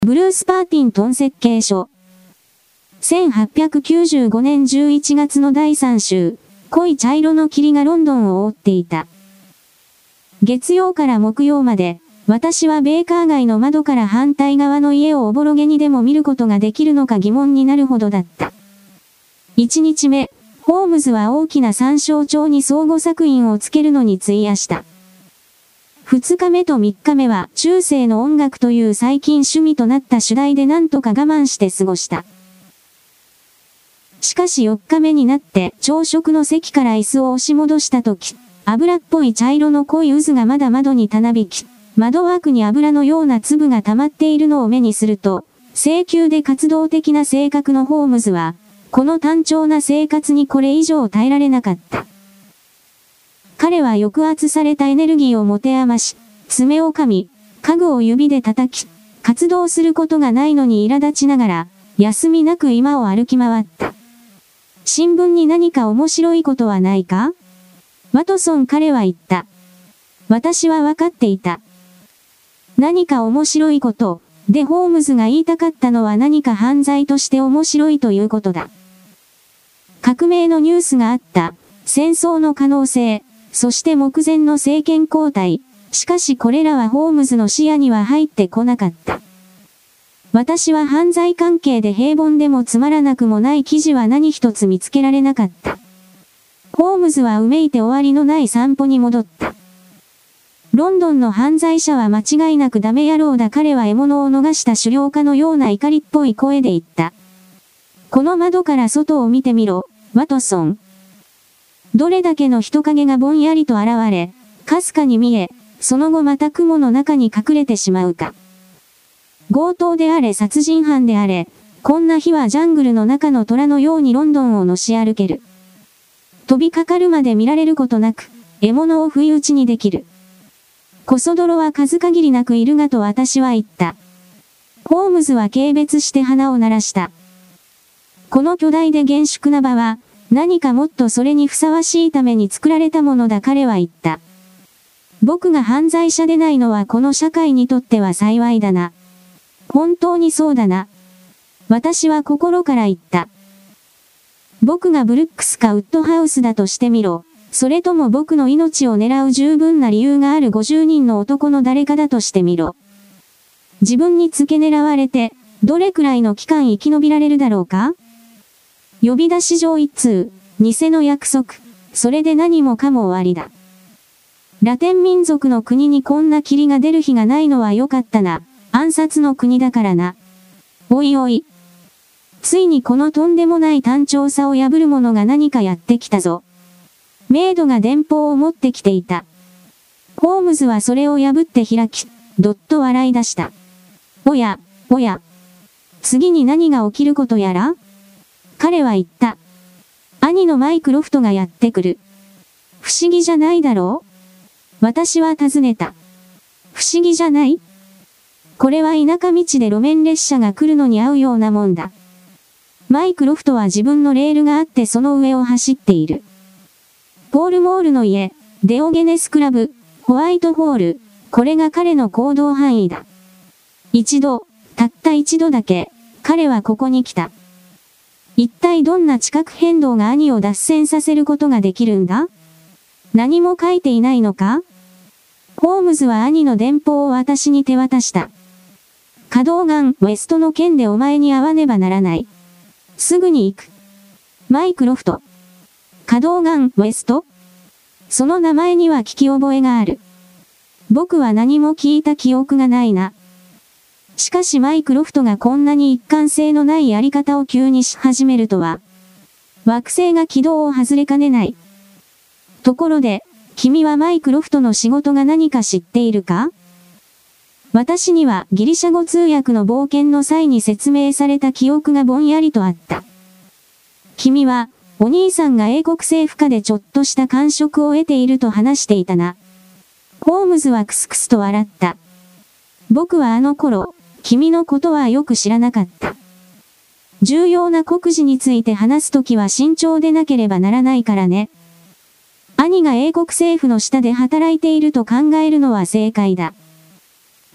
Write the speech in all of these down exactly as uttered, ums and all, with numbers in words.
ブルース・パーティントン設計書。せんはっぴゃくきゅうじゅうごねんじゅういちがつのだいさん週、濃い茶色の霧がロンドンを覆っていた。月曜から木曜まで、私はベーカー街の窓から反対側の家をおぼろげにでも見ることができるのか疑問になるほどだった。いちにちめ、ホームズは大きな参照帳に相互作品をつけるのに費やした。ふつかめとみっかめは中世の音楽という最近趣味となった主題でなんとか我慢して過ごした。しかしよっかめになって朝食の席から椅子を押し戻したとき、油っぽい茶色の濃い渦がまだ窓にたなびき、窓枠に油のような粒が溜まっているのを目にすると、性急で活動的な性格のホームズは、この単調な生活にこれ以上耐えられなかった。彼は抑圧されたエネルギーを持て余し、爪を噛み、家具を指で叩き、活動することがないのに苛立ちながら、休みなく居間を歩き回った。新聞に何か面白いことはないか？ワトソン彼は言った。私は分かっていた。何か面白いこと、でホームズが言いたかったのは何か犯罪として面白いということだ。革命のニュースがあった、戦争の可能性、そして目前の政権交代。しかしこれらはホームズの視野には入ってこなかった。私は犯罪関係で平凡でもつまらなくもない記事は何一つ見つけられなかった。ホームズはうめいて終わりのない散歩に戻った。ロンドンの犯罪者は間違いなくダメ野郎だ。彼は獲物を逃した狩猟家のような怒りっぽい声で言った。この窓から外を見てみろ、ワトソン。どれだけの人影がぼんやりと現れ、かすかに見え、その後また雲の中に隠れてしまうか。強盗であれ殺人犯であれ、こんな日はジャングルの中の虎のようにロンドンをのし歩ける。飛びかかるまで見られることなく、獲物を不意打ちにできる。こそ泥は数限りなくいるがと私は言った。ホームズは軽蔑して鼻を鳴らした。この巨大で厳粛な場は、何かもっとそれにふさわしいために作られたものだ。彼は言った。僕が犯罪者でないのはこの社会にとっては幸いだな。本当にそうだな。私は心から言った。僕がブルックスかウッドハウスだとしてみろ。それとも僕の命を狙う十分な理由があるごじゅうにんの男の誰かだとしてみろ。自分に付け狙われて、どれくらいの期間生き延びられるだろうか？呼び出し状一通、偽の約束、それで何もかも終わりだ。ラテン民族の国にこんな霧が出る日がないのは良かったな。暗殺の国だからな。おいおい。ついにこのとんでもない単調さを破る者が何かやってきたぞ。メイドが電報を持ってきていた。ホームズはそれを破って開き、どっと笑い出した。おや、おや。次に何が起きることやら？彼は言った。兄のマイクロフトがやってくる。不思議じゃないだろう？私は尋ねた。不思議じゃない？これは田舎道で路面列車が来るのに合うようなもんだ。マイクロフトは自分のレールがあってその上を走っている。ポール・モールの家、デオゲネスクラブ、ホワイトホール、これが彼の行動範囲だ。一度、たった一度だけ、彼はここに来た。一体どんな地殻変動が兄を脱線させることができるんだ？何も書いていないのか？ホームズは兄の電報を私に手渡した。カドーガン・ウェストの件でお前に会わねばならない。すぐに行く。マイクロフト。カドーガン・ウェスト？その名前には聞き覚えがある。僕は何も聞いた記憶がないな。しかしマイクロフトがこんなに一貫性のないやり方を急にし始めるとは。惑星が軌道を外れかねない。ところで、君はマイクロフトの仕事が何か知っているか？私にはギリシャ語通訳の冒険の際に説明された記憶がぼんやりとあった。君は、お兄さんが英国政府下でちょっとした感触を得ていると話していたな。ホームズはクスクスと笑った。僕はあの頃、君のことはよく知らなかった。重要な国事について話すときは慎重でなければならないからね。兄が英国政府の下で働いていると考えるのは正解だ。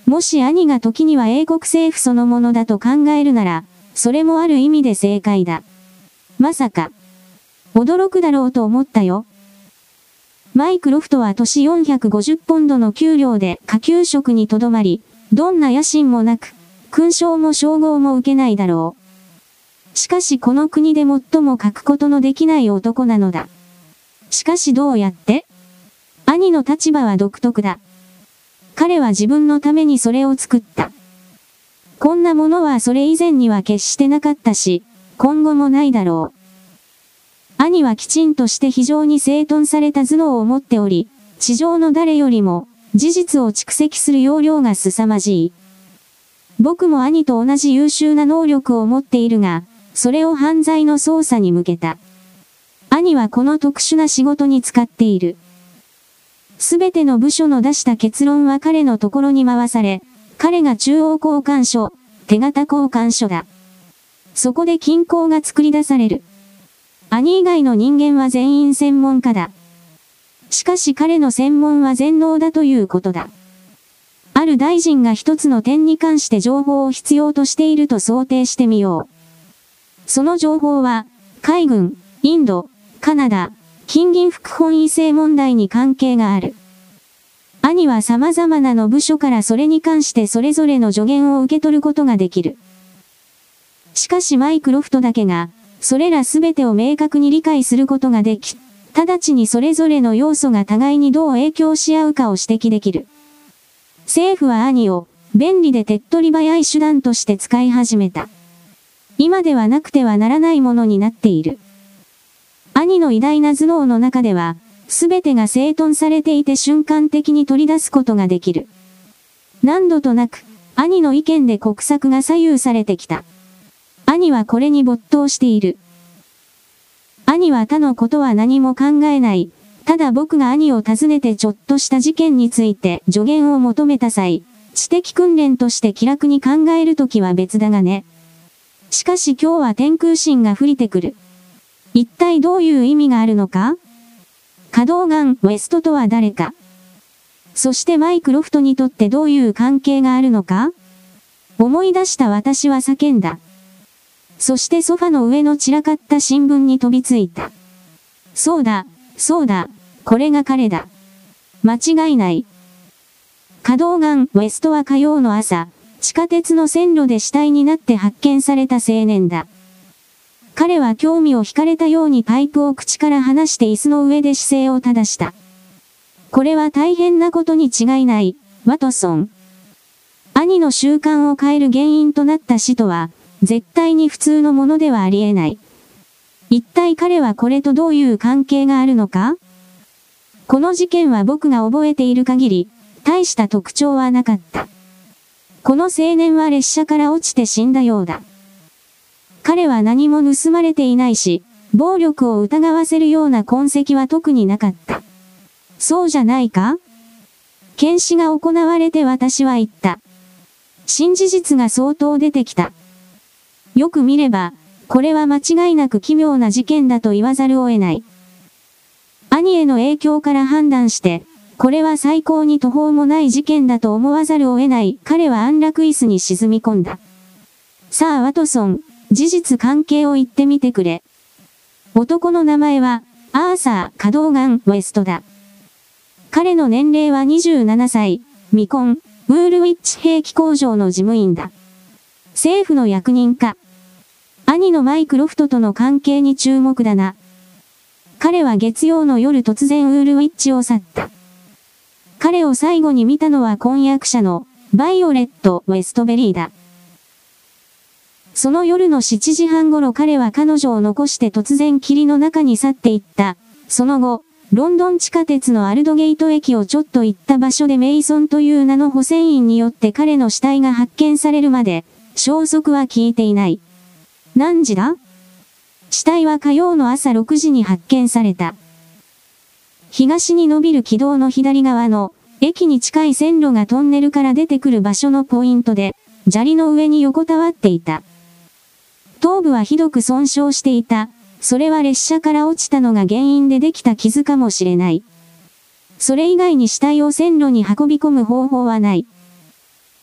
もし兄が時には英国政府そのものだと考えるなら、それもある意味で正解だ。まさか。驚くだろうと思ったよ。マイクロフトは年よんひゃくごじゅうポンドの給料で下級職にとどまり、どんな野心もなく、勲章も称号も受けないだろう。しかしこの国で最も書くことのできない男なのだ。しかしどうやって？兄の立場は独特だ。彼は自分のためにそれを作った。こんなものはそれ以前には決してなかったし、今後もないだろう。兄はきちんとして非常に整頓された頭脳を持っており、地上の誰よりも事実を蓄積する要領が凄まじい。僕も兄と同じ優秀な能力を持っているが、それを犯罪の捜査に向けた。兄はこの特殊な仕事に使っている。すべての部署の出した結論は彼のところに回され、彼が中央交換所、手形交換所だ。そこで均衡が作り出される。兄以外の人間は全員専門家だ。しかし彼の専門は全能だということだ。ある大臣が一つの点に関して情報を必要としていると想定してみよう。その情報は、海軍、インド、カナダ、近隣副本位制問題に関係がある。兄は様々なの部署からそれに関してそれぞれの助言を受け取ることができる。しかしマイクロフトだけが、それらすべてを明確に理解することができ、直ちにそれぞれの要素が互いにどう影響し合うかを指摘できる。政府は兄を、便利で手っ取り早い手段として使い始めた。今ではなくてはならないものになっている。兄の偉大な頭脳の中では、すべてが整頓されていて瞬間的に取り出すことができる。何度となく、兄の意見で国策が左右されてきた。兄はこれに没頭している。兄は他のことは何も考えない。ただ僕が兄を訪ねてちょっとした事件について助言を求めた際、知的訓練として気楽に考えるときは別だがね。しかし今日は天空心が降りてくる。一体どういう意味があるのか？可動岩ウェストとは誰か？そしてマイクロフトにとってどういう関係があるのか？思い出した私は叫んだ。そしてソファの上の散らかった新聞に飛びついた。そうだ、そうだ、これが彼だ。間違いない。可動岩ウェストは火曜の朝、地下鉄の線路で死体になって発見された青年だ。彼は興味を惹かれたようにパイプを口から離して椅子の上で姿勢を正した。これは大変なことに違いない、ワトソン。兄の習慣を変える原因となった死とは、絶対に普通のものではありえない。一体彼はこれとどういう関係があるのか？この事件は僕が覚えている限り、大した特徴はなかった。この青年は列車から落ちて死んだようだ。彼は何も盗まれていないし、暴力を疑わせるような痕跡は特になかった。そうじゃないか？検視が行われて私は言った。新事実が相当出てきた。よく見れば、これは間違いなく奇妙な事件だと言わざるを得ない。兄への影響から判断して、これは最高に途方もない事件だと思わざるを得ない。彼は安楽椅子に沈み込んだ。さあワトソン、事実関係を言ってみてくれ。男の名前は、アーサー・可動岩ウェストだ。彼の年齢はにじゅうななさい、未婚、ウールウィッチ兵器工場の事務員だ。政府の役人か。兄のマイクロフトとの関係に注目だな。彼は月曜の夜突然ウールウィッチを去った。彼を最後に見たのは婚約者のバイオレット・ウェストベリーだ。その夜のしちじはん頃彼は彼女を残して突然霧の中に去っていった。その後、ロンドン地下鉄のアルドゲート駅をちょっと行った場所でメイソンという名の保線員によって彼の死体が発見されるまで、消息は聞いていない。何時だ？死体は火曜の朝ろくじに発見された。東に伸びる軌道の左側の、駅に近い線路がトンネルから出てくる場所のポイントで、砂利の上に横たわっていた。頭部はひどく損傷していた。それは列車から落ちたのが原因でできた傷かもしれない。それ以外に死体を線路に運び込む方法はない。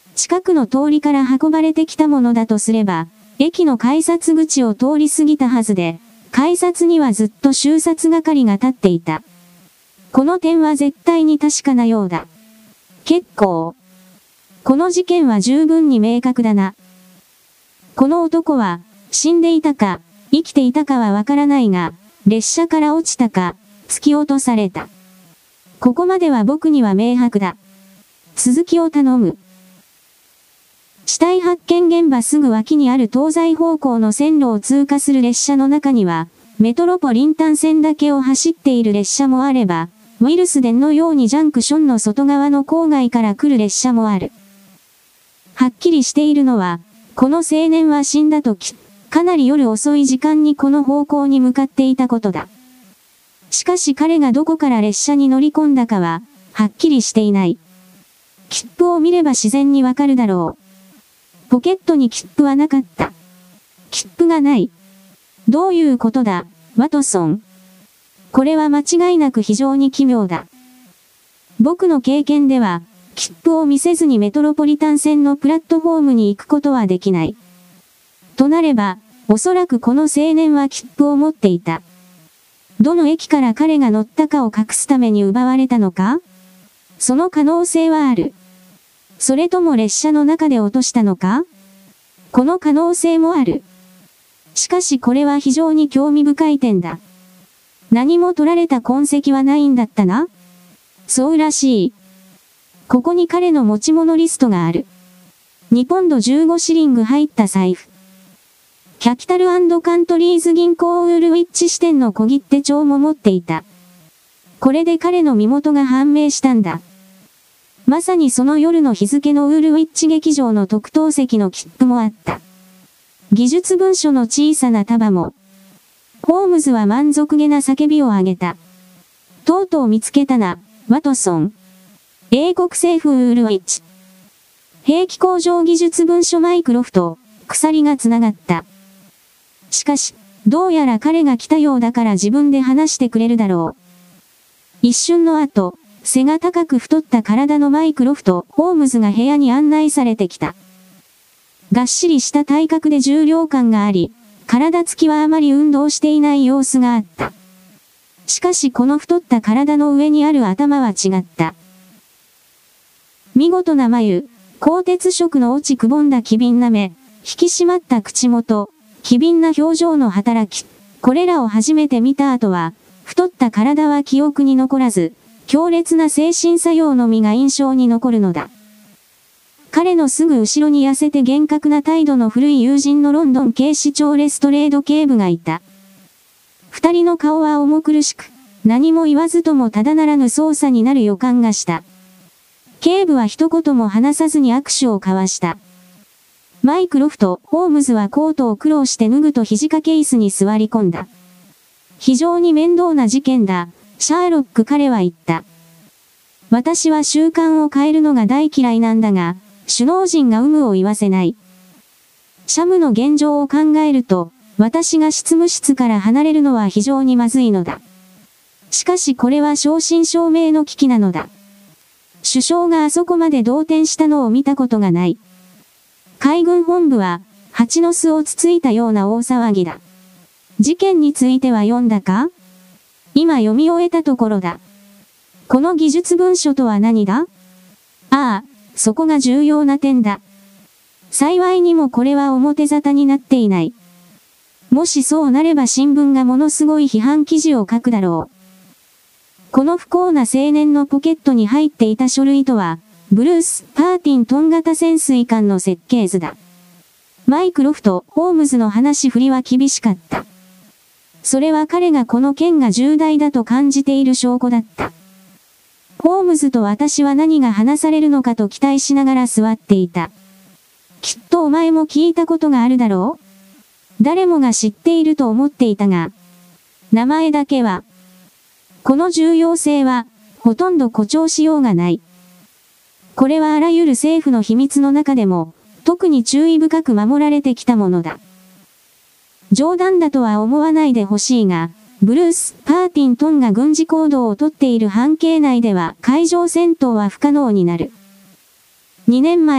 近くの通りから運ばれてきたものだとすれば、駅の改札口を通り過ぎたはずで、改札にはずっと収札係が立っていた。この点は絶対に確かなようだ。結構。この事件は十分に明確だな。この男は、死んでいたか、生きていたかはわからないが、列車から落ちたか、突き落とされた。ここまでは僕には明白だ。続きを頼む。死体発見現場すぐ脇にある東西方向の線路を通過する列車の中には、メトロポリンタン線だけを走っている列車もあれば、ウィルスデンのようにジャンクションの外側の郊外から来る列車もある。はっきりしているのは、この青年は死んだ時、かなり夜遅い時間にこの方向に向かっていたことだ。しかし彼がどこから列車に乗り込んだかは、はっきりしていない。切符を見れば自然にわかるだろう。ポケットに切符はなかった。切符がない。どういうことだ、ワトソン。これは間違いなく非常に奇妙だ。僕の経験では、切符を見せずにメトロポリタン線のプラットフォームに行くことはできない。となれば、おそらくこの青年は切符を持っていた。どの駅から彼が乗ったかを隠すために奪われたのか？その可能性はある。それとも列車の中で落としたのか？この可能性もある。しかしこれは非常に興味深い点だ。何も取られた痕跡はないんだったな？そうらしい。ここに彼の持ち物リストがある。にポンドじゅうごシリング入った財布。キャピタル&カントリーズ銀行ウールウィッチ支店の小切手帳も持っていた。これで彼の身元が判明したんだ。まさにその夜の日付のウールウィッチ劇場の特等席の切符もあった。技術文書の小さな束も。ホームズは満足げな叫びを上げた。とうとう見つけたな、ワトソン。英国政府ウールウィッチ。兵器工場技術文書マイクロフト、鎖がつながった。しかし、どうやら彼が来たようだから自分で話してくれるだろう。一瞬の後、背が高く太った体のマイクロフト、ホームズが部屋に案内されてきた。がっしりした体格で重量感があり、体つきはあまり運動していない様子があった。しかしこの太った体の上にある頭は違った。見事な眉、鋼鉄色の落ちくぼんだ機敏な目、引き締まった口元、機敏な表情の働き、これらを初めて見た後は、太った体は記憶に残らず、強烈な精神作用のみが印象に残るのだ。彼のすぐ後ろに痩せて厳格な態度の古い友人のロンドン警視庁レストレード警部がいた。二人の顔は重苦しく、何も言わずともただならぬ捜査になる予感がした。警部は一言も話さずに握手を交わした。マイクロフト、ホームズはコートを苦労して脱ぐと肘掛け椅子に座り込んだ。非常に面倒な事件だ、シャーロック彼は言った。私は習慣を変えるのが大嫌いなんだが、首脳陣が有無を言わせない。シャムの現状を考えると、私が執務室から離れるのは非常にまずいのだ。しかしこれは正真正銘の危機なのだ。首相があそこまで動転したのを見たことがない。海軍本部は、蜂の巣をつついたような大騒ぎだ。事件については読んだか？今読み終えたところだ。この技術文書とは何だ？ああ、そこが重要な点だ。幸いにもこれは表沙汰になっていない。もしそうなれば新聞がものすごい批判記事を書くだろう。この不幸な青年のポケットに入っていた書類とは、ブルース・パーティントン型潜水艦の設計図だ。マイクロフト・ホームズの話振りは厳しかった。それは彼がこの件が重大だと感じている証拠だった。ホームズと私は何が話されるのかと期待しながら座っていた。きっとお前も聞いたことがあるだろう？誰もが知っていると思っていたが、名前だけは、この重要性は、ほとんど誇張しようがない。これはあらゆる政府の秘密の中でも、特に注意深く守られてきたものだ。冗談だとは思わないでほしいが、ブルース・パーティントンが軍事行動をとっている半径内では海上戦闘は不可能になる。にねんまえ、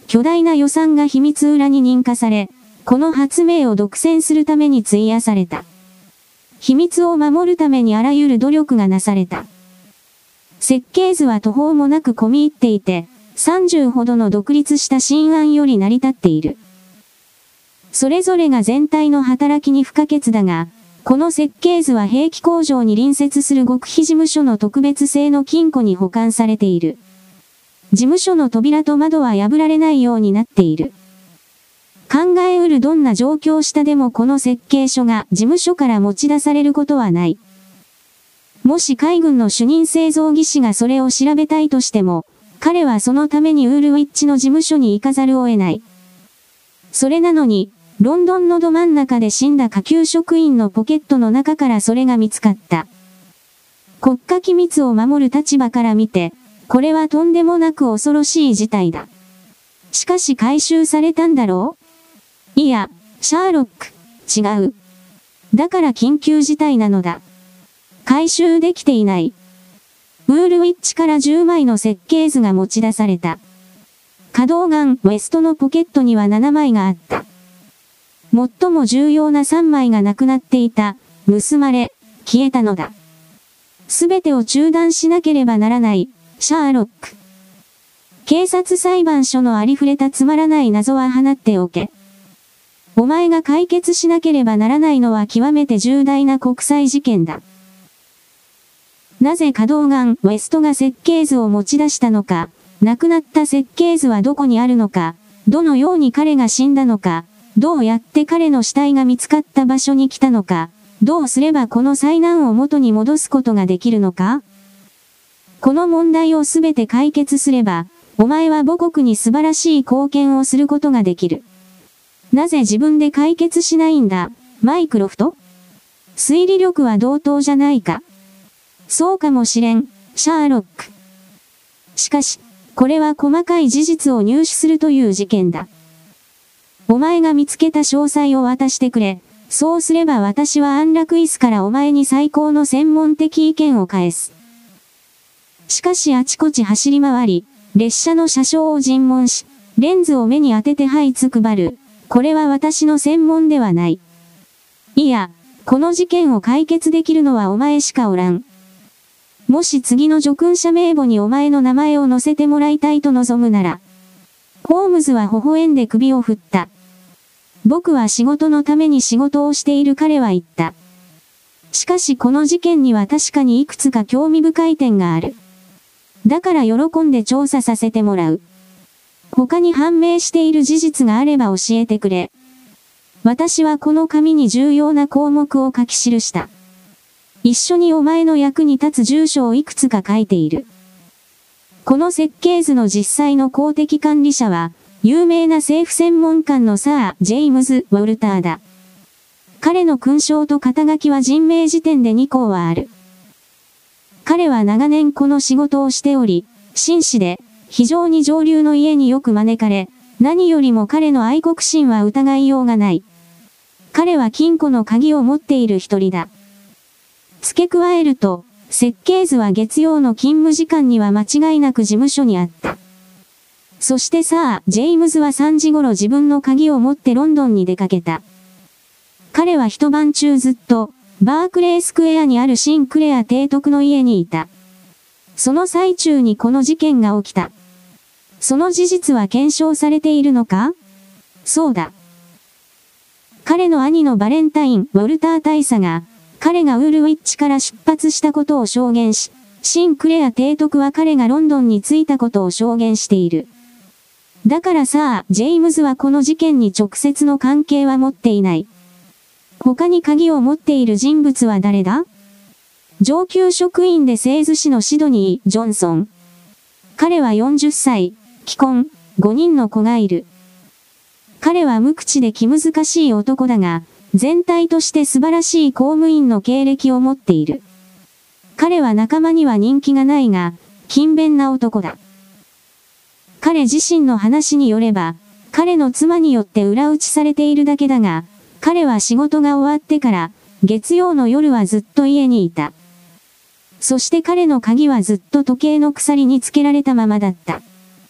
巨大な予算が秘密裏に認可され、この発明を独占するために費やされた。秘密を守るためにあらゆる努力がなされた。設計図は途方もなく込み入っていて、さんじゅうほどの独立した新案より成り立っている。それぞれが全体の働きに不可欠だが、この設計図は兵器工場に隣接する極秘事務所の特別製の金庫に保管されている。事務所の扉と窓は破られないようになっている。考えうるどんな状況下でもこの設計書が事務所から持ち出されることはない。もし海軍の主任製造技師がそれを調べたいとしても、彼はそのためにウールウィッチの事務所に行かざるを得ない。それなのに、ロンドンのど真ん中で死んだ下級職員のポケットの中からそれが見つかった。国家機密を守る立場から見て、これはとんでもなく恐ろしい事態だ。しかし回収されたんだろう？いや、シャーロック、違う。だから緊急事態なのだ。回収できていない。ウールウィッチからじゅうまいの設計図が持ち出された。可動ガンウェストのポケットにはななまいがあった。最も重要なさんまいがなくなっていた、盗まれ、消えたのだ。すべてを中断しなければならない、シャーロック。警察裁判所のありふれたつまらない謎は放っておけ。お前が解決しなければならないのは極めて重大な国際事件だ。なぜ可動ガンウェストが設計図を持ち出したのか、亡くなった設計図はどこにあるのか、どのように彼が死んだのか、どうやって彼の死体が見つかった場所に来たのか、どうすればこの災難を元に戻すことができるのか？この問題をすべて解決すれば、お前は母国に素晴らしい貢献をすることができる。なぜ自分で解決しないんだ、マイクロフト？推理力は同等じゃないか。そうかもしれん、シャーロック。しかし、これは細かい事実を入手するという事件だ。お前が見つけた詳細を渡してくれ。そうすれば私は安楽椅子からお前に最高の専門的意見を返す。しかしあちこち走り回り、列車の車掌を尋問し、レンズを目に当ててはいつくばる。これは私の専門ではない。いや、この事件を解決できるのはお前しかおらん。もし次の叙勲者名簿にお前の名前を載せてもらいたいと望むなら。ホームズは微笑んで首を振った。僕は仕事のために仕事をしている彼は言った。しかしこの事件には確かにいくつか興味深い点がある。だから喜んで調査させてもらう。他に判明している事実があれば教えてくれ。私はこの紙に重要な項目を書き記した。一緒にお前の役に立つ住所をいくつか書いている。この設計図の実際の公的管理者は、有名な政府専門官のサー・ジェイムズ・ウォルターだ。彼の勲章と肩書きは人名辞典でにこうはある。彼は長年この仕事をしており、紳士で、非常に上流の家によく招かれ、何よりも彼の愛国心は疑いようがない。彼は金庫の鍵を持っている一人だ。付け加えると、設計図は月曜の勤務時間には間違いなく事務所にあった。そしてさあ、ジェイムズはさんじ頃自分の鍵を持ってロンドンに出かけた。彼は一晩中ずっと、バークレースクエアにあるシンクレア提督の家にいた。その最中にこの事件が起きた。その事実は検証されているのか？そうだ。彼の兄のバレンタイン・ウォルター大佐が、彼がウールウィッチから出発したことを証言し、シンクレア提督は彼がロンドンに着いたことを証言している。だからさあ、ジェイムズはこの事件に直接の関係は持っていない。他に鍵を持っている人物は誰だ？上級職員で製図師のシドニー・ジョンソン。彼はよんじゅっさい、既婚、ごにんの子がいる。彼は無口で気難しい男だが、全体として素晴らしい公務員の経歴を持っている。彼は仲間には人気がないが、勤勉な男だ。彼自身の話によれば、彼の妻によって裏打ちされているだけだが、彼は仕事が終わってから、月曜の夜はずっと家にいた。そして彼の鍵はずっと時計の鎖につけられたままだった。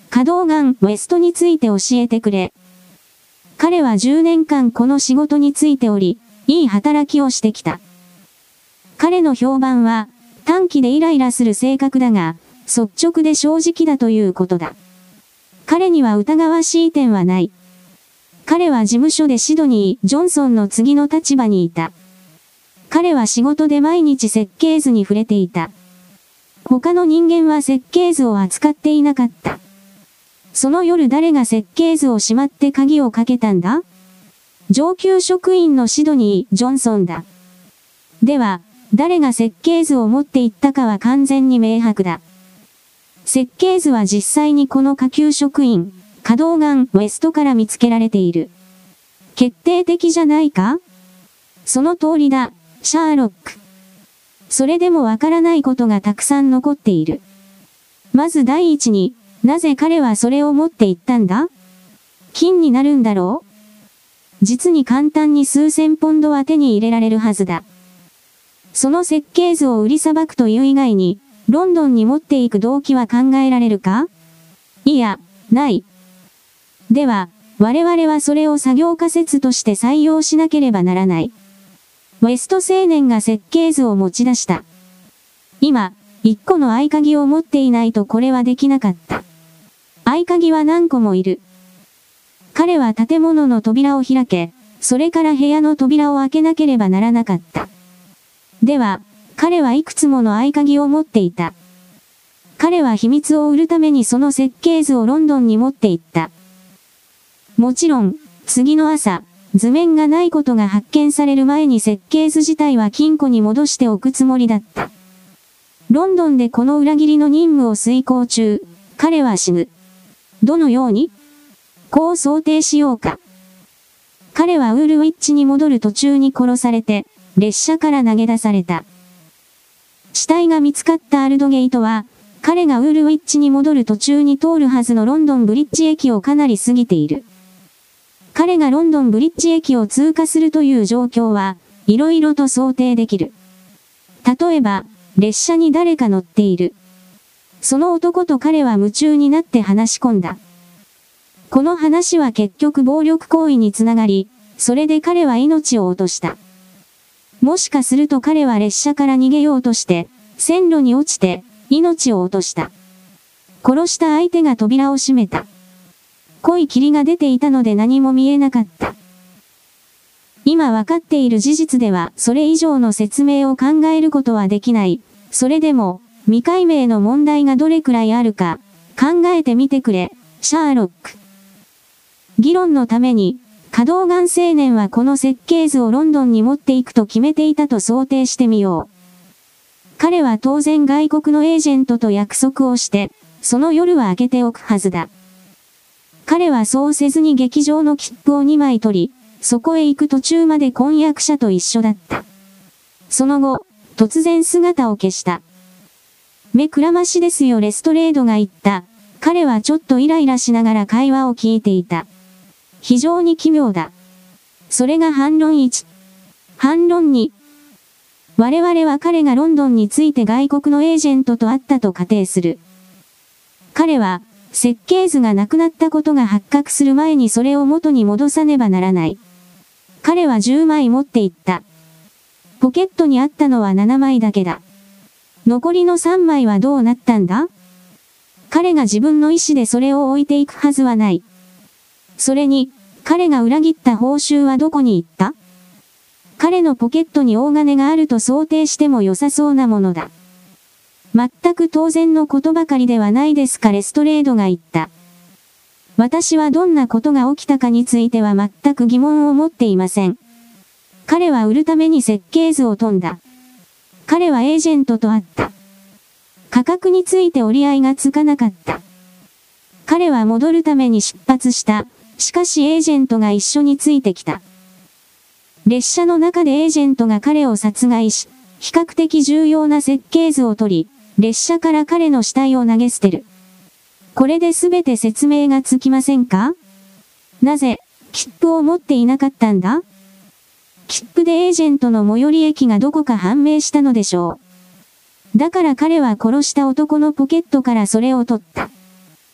稼働ガンウェストについて教えてくれ。彼はじゅうねんかんこの仕事についており、いい働きをしてきた。彼の評判は、短気でイライラする性格だが、率直で正直だということだ。彼には疑わしい点はない。彼は事務所でシドニー・ジョンソンの次の立場にいた。彼は仕事で毎日設計図に触れていた。他の人間は設計図を扱っていなかった。その夜誰が設計図をしまって鍵をかけたんだ？上級職員のシドニー・ジョンソンだ。では、誰が設計図を持って行ったかは完全に明白だ。設計図は実際にこの下級職員、稼働ガンウェストから見つけられている。決定的じゃないか？その通りだ、シャーロック。それでもわからないことがたくさん残っている。まず第一に、なぜ彼はそれを持って行ったんだ？金になるんだろう？実に簡単に数千ポンドは手に入れられるはずだ。その設計図を売りさばくという以外に、ロンドンに持っていく動機は考えられるか？いや、ない。では、我々はそれを作業仮説として採用しなければならない。ウェスト青年が設計図を持ち出した。今、一個の合鍵を持っていないとこれはできなかった。合鍵は何個もいる。彼は建物の扉を開け、それから部屋の扉を開けなければならなかった。では、彼はいくつもの合鍵を持っていた。彼は秘密を売るためにその設計図をロンドンに持って行った。もちろん、次の朝、図面がないことが発見される前に設計図自体は金庫に戻しておくつもりだった。ロンドンでこの裏切りの任務を遂行中、彼は死ぬ。どのように？こう想定しようか。彼はウールウィッチに戻る途中に殺されて、列車から投げ出された。死体が見つかったアルドゲートは、彼がウールウィッチに戻る途中に通るはずのロンドンブリッジ駅をかなり過ぎている。彼がロンドンブリッジ駅を通過するという状況は、いろいろと想定できる。例えば、列車に誰か乗っている。その男と彼は夢中になって話し込んだ。この話は結局暴力行為につながり、それで彼は命を落とした。もしかすると彼は列車から逃げようとして、線路に落ちて、命を落とした。殺した相手が扉を閉めた。濃い霧が出ていたので何も見えなかった。今わかっている事実ではそれ以上の説明を考えることはできない。それでも、未解明の問題がどれくらいあるか、考えてみてくれ、シャーロック。議論のために、稼働ガン青年はこの設計図をロンドンに持っていくと決めていたと想定してみよう。彼は当然外国のエージェントと約束をして、その夜は開けておくはずだ。彼はそうせずに劇場の切符をにまい取り、そこへ行く途中まで婚約者と一緒だった。その後、突然姿を消した。目くらましですよレストレードが言った。彼はちょっとイライラしながら会話を聞いていた。非常に奇妙だ。それが反論いち。反論に。我々は彼がロンドンについて外国のエージェントと会ったと仮定する。彼は、設計図がなくなったことが発覚する前にそれを元に戻さねばならない。彼はじゅうまい持っていった。ポケットにあったのはななまいだけだ。残りのさんまいはどうなったんだ？彼が自分の意思でそれを置いていくはずはない。それに、彼が裏切った報酬はどこに行った？彼のポケットに大金があると想定しても良さそうなものだ。全く当然のことばかりではないですかレストレードが言った。私はどんなことが起きたかについては全く疑問を持っていません。彼は売るために設計図を飛んだ。彼はエージェントと会った。価格について折り合いがつかなかった。彼は戻るために出発した。しかしエージェントが一緒についてきた。列車の中でエージェントが彼を殺害し、比較的重要な設計図を取り、列車から彼の死体を投げ捨てる。これで全て説明がつきませんか？なぜ、切符を持っていなかったんだ？切符でエージェントの最寄り駅がどこか判明したのでしょう。だから彼は殺した男のポケットからそれを取った。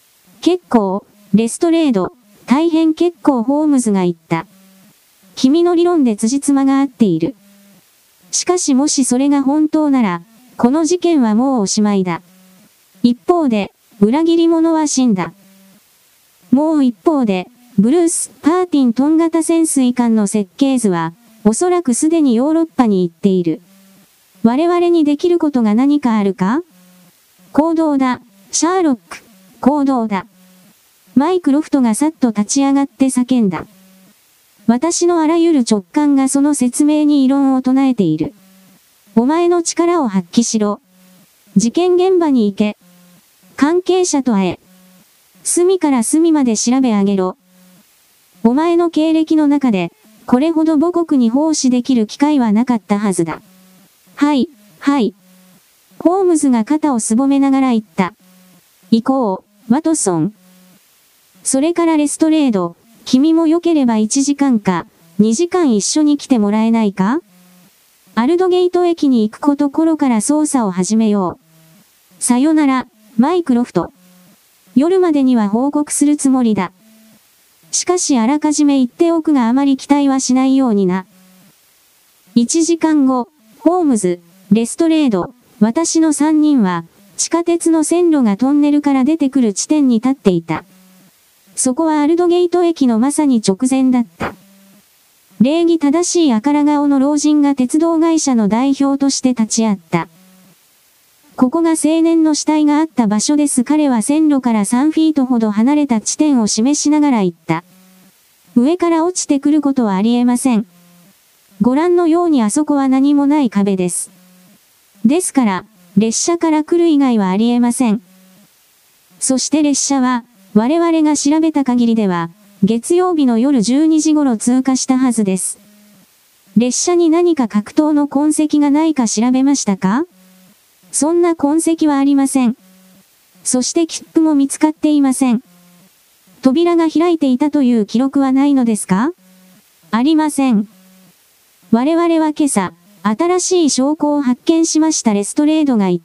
結構、レストレード、大変結構ホームズが言った。君の理論で辻褄が合っている。しかしもしそれが本当なら、この事件はもうおしまいだ。一方で、裏切り者は死んだ。もう一方で、ブルース・パーティントン型潜水艦の設計図は、おそらくすでにヨーロッパに行っている。我々にできることが何かあるか？行動だ、シャーロック、行動だ。マイクロフトがさっと立ち上がって叫んだ。私のあらゆる直感がその説明に異論を唱えている。お前の力を発揮しろ。事件現場に行け。関係者と会え。隅から隅まで調べ上げろ。お前の経歴の中で、これほど母国に奉仕できる機会はなかったはずだ。はい、はい。ホームズが肩をすぼめながら言った。行こう、ワトソン。それからレストレード、君も良ければいちじかんか、にじかん一緒に来てもらえないか？アルドゲート駅に行くこと頃から捜査を始めよう。さよなら、マイクロフト。夜までには報告するつもりだ。しかしあらかじめ言っておくがあまり期待はしないようにな。いちじかんご、ホームズ、レストレード、私のさんにんは、地下鉄の線路がトンネルから出てくる地点に立っていた。そこはアルドゲート駅のまさに直前だった。礼儀正しい赤ら顔の老人が鉄道会社の代表として立ち会った。ここが青年の死体があった場所です。彼は線路からさんフィートほど離れた地点を示しながら言った。上から落ちてくることはありえません。ご覧のようにあそこは何もない壁です。ですから、列車から来る以外はありえません。そして列車は、我々が調べた限りでは、月曜日の夜じゅうにじ頃通過したはずです。列車に何か格闘の痕跡がないか調べましたか？そんな痕跡はありません。そして切符も見つかっていません。扉が開いていたという記録はないのですか？ありません。我々は今朝、新しい証拠を発見しました。レストレードが言った。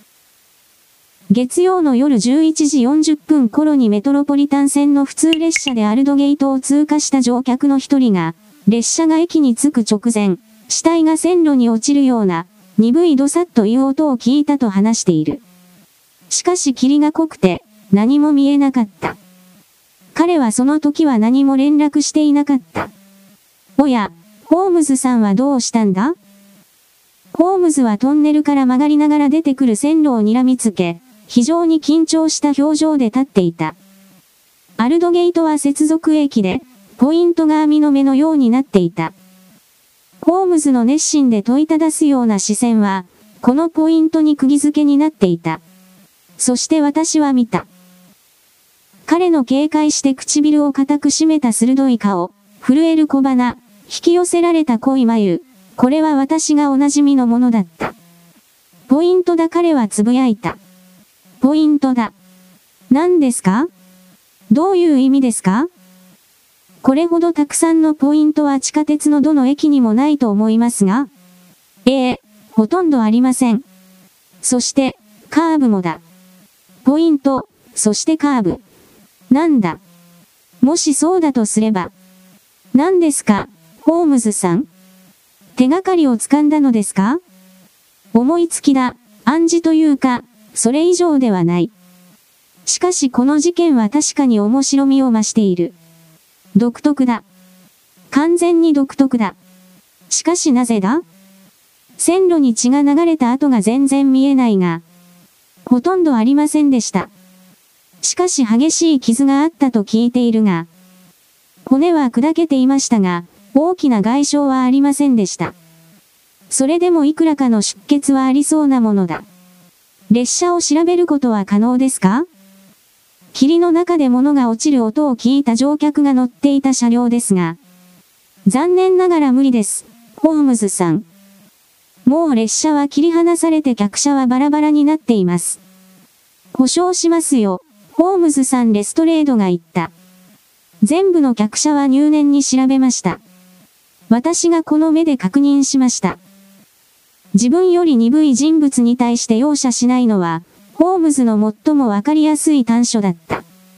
月曜の夜じゅういちじよんじゅっぷん頃にメトロポリタン線の普通列車でアルドゲートを通過した乗客の一人が、列車が駅に着く直前、死体が線路に落ちるような、鈍いドサッという音を聞いたと話している。しかし霧が濃くて、何も見えなかった。彼はその時は何も連絡していなかった。おや、ホームズさんはどうしたんだ？ホームズはトンネルから曲がりながら出てくる線路を睨みつけ、非常に緊張した表情で立っていた。アルドゲートは接続駅で、ポイントが網の目のようになっていた。ホームズの熱心で問いただすような視線は、このポイントに釘付けになっていた。そして私は見た。彼の警戒して唇を固く締めた鋭い顔、震える小鼻、引き寄せられた濃い眉、これは私がおなじみのものだった。ポイントだ彼はつぶやいた。ポイントだ。何ですか？どういう意味ですか？これほどたくさんのポイントは地下鉄のどの駅にもないと思いますが。ええ、ほとんどありません。そして、カーブもだ。ポイント、そしてカーブ。なんだ。もしそうだとすれば。何ですか、ホームズさん？手がかりを掴んだのですか？思いつきだ、暗示というか、それ以上ではない。しかしこの事件は確かに面白みを増している。独特だ。完全に独特だ。しかしなぜだ？線路に血が流れた跡が全然見えないが、ほとんどありませんでした。しかし激しい傷があったと聞いているが、骨は砕けていましたが、大きな外傷はありませんでした。それでもいくらかの出血はありそうなものだ。列車を調べることは可能ですか？霧の中で物が落ちる音を聞いた乗客が乗っていた車両ですが、残念ながら無理です、ホームズさん。もう列車は切り離されて客車はバラバラになっています。保証しますよ、ホームズさん。レストレードが言った。全部の客車は入念に調べました。私がこの目で確認しました。自分より鈍い人物に対して容赦しないのは、ホームズの最もわかりやすい短所だった。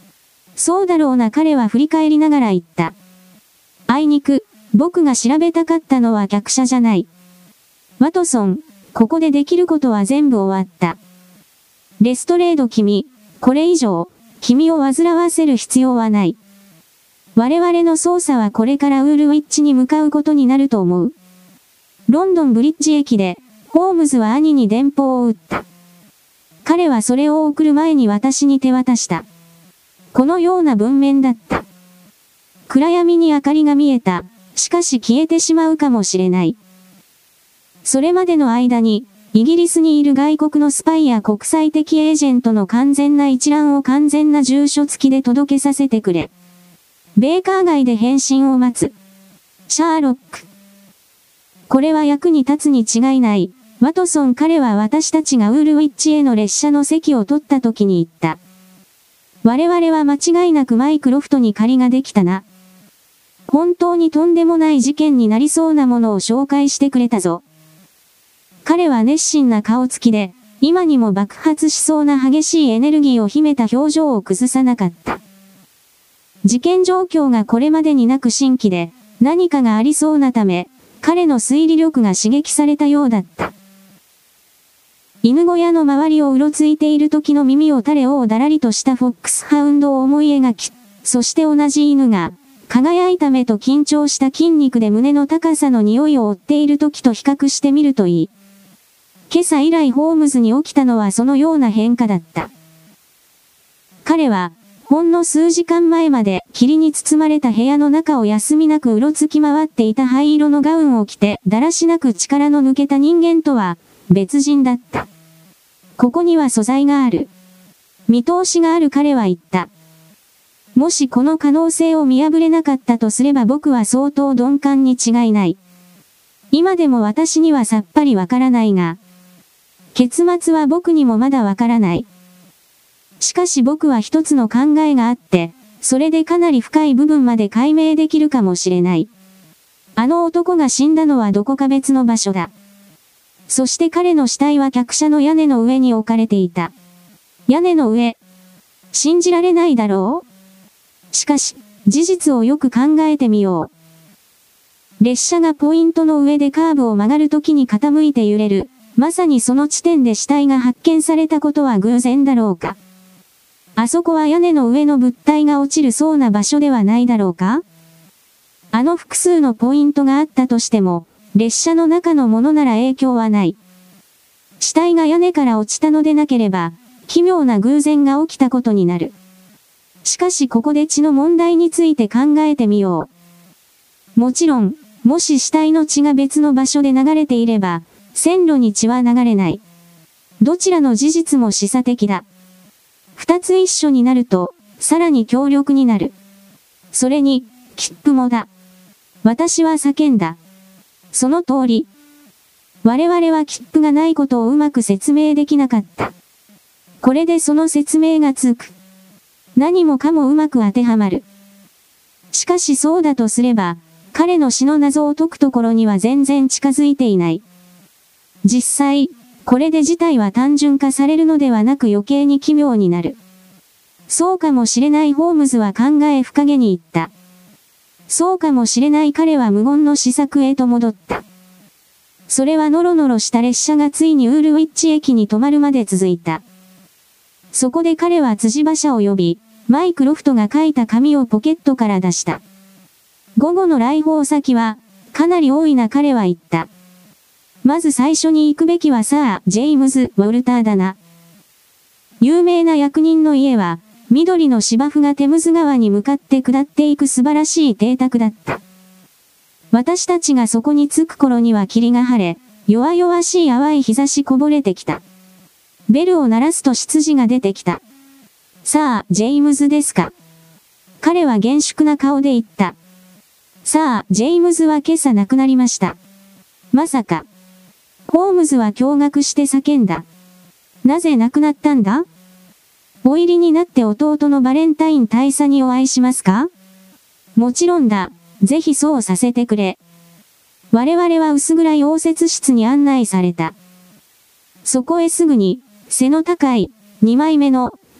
そうだろうな彼は振り返りながら言った。あいにく、僕が調べたかったのは客車じゃない。ワトソン、ここでできることは全部終わった。レストレード君、これ以上、君を煩わせる必要はない。我々の捜査はこれからウールウィッチに向かうことになると思う。ロンドンブリッジ駅で、ホームズは兄に電報を打った。彼はそれを送る前に私に手渡した。このような文面だった。暗闇に明かりが見えた。しかし消えてしまうかもしれない。それまでの間に、イギリスにいる外国のスパイや国際的エージェントの完全な一覧を完全な住所付きで届けさせてくれ。ベーカー街で返信を待つ。シャーロック。これは役に立つに違いない。ワトソン彼は私たちがウールウィッチへの列車の席を取った時に言った。我々は間違いなくマイクロフトに借りができたな。本当にとんでもない事件になりそうなものを紹介してくれたぞ。彼は熱心な顔つきで、今にも爆発しそうな激しいエネルギーを秘めた表情を崩さなかった。事件状況がこれまでになく新規で、何かがありそうなため、彼の推理力が刺激されたようだった。犬小屋の周りをうろついている時の耳を垂れをだらりとしたフォックスハウンドを思い描き、そして同じ犬が、輝いた目と緊張した筋肉で胸の高さの匂いを追っている時と比較してみるといい。今朝以来ホームズに起きたのはそのような変化だった。彼は、ほんの数時間前まで霧に包まれた部屋の中を休みなくうろつき回っていた灰色のガウンを着てだらしなく力の抜けた人間とは別人だった。ここには素材がある。見通しがある彼は言った。もしこの可能性を見破れなかったとすれば僕は相当鈍感に違いない。今でも私にはさっぱりわからないが、結末は僕にもまだわからない。しかし僕は一つの考えがあって、それでかなり深い部分まで解明できるかもしれない。あの男が死んだのはどこか別の場所だ。そして彼の死体は客車の屋根の上に置かれていた。屋根の上。信じられないだろう？しかし、事実をよく考えてみよう。列車がポイントの上でカーブを曲がるときに傾いて揺れる。まさにその地点で死体が発見されたことは偶然だろうか。あそこは屋根の上の物体が落ちるそうな場所ではないだろうか。あの複数のポイントがあったとしても、列車の中のものなら影響はない。死体が屋根から落ちたのでなければ、奇妙な偶然が起きたことになる。しかしここで血の問題について考えてみよう。もちろん、もし死体の血が別の場所で流れていれば、線路に血は流れない。どちらの事実も示唆的だ。二つ一緒になると、さらに強力になる。それに、切符もだ。私は叫んだ。その通り。我々は切符がないことをうまく説明できなかった。これでその説明がつく。何もかもうまく当てはまる。しかしそうだとすれば、彼の死の謎を解くところには全然近づいていない。実際、これで事態は単純化されるのではなく余計に奇妙になる。そうかもしれないホームズは考え深げに言った。そうかもしれない彼は無言の思索へと戻った。それはノロノロした列車がついにウールウィッチ駅に止まるまで続いた。そこで彼は辻馬車を呼び、マイクロフトが書いた紙をポケットから出した。午後の来訪先は、かなり多いな彼は言った。まず最初に行くべきはサー・ジェイムズ・ウォルターだな。有名な役人の家は、緑の芝生がテムズ川に向かって下っていく素晴らしい邸宅だった。私たちがそこに着く頃には霧が晴れ、弱々しい淡い日差しこぼれてきた。ベルを鳴らすと執事が出てきた。さあ、ジェイムズですか。彼は厳粛な顔で言った。さあ、ジェイムズは今朝亡くなりました。まさか。ホームズは驚愕して叫んだ。なぜ亡くなったんだ？お入りになって弟のバレンタイン大佐にお会いしますか？もちろんだ。ぜひそうさせてくれ。我々は薄暗い応接室に案内された。そこへすぐに、背の高い、二枚目の、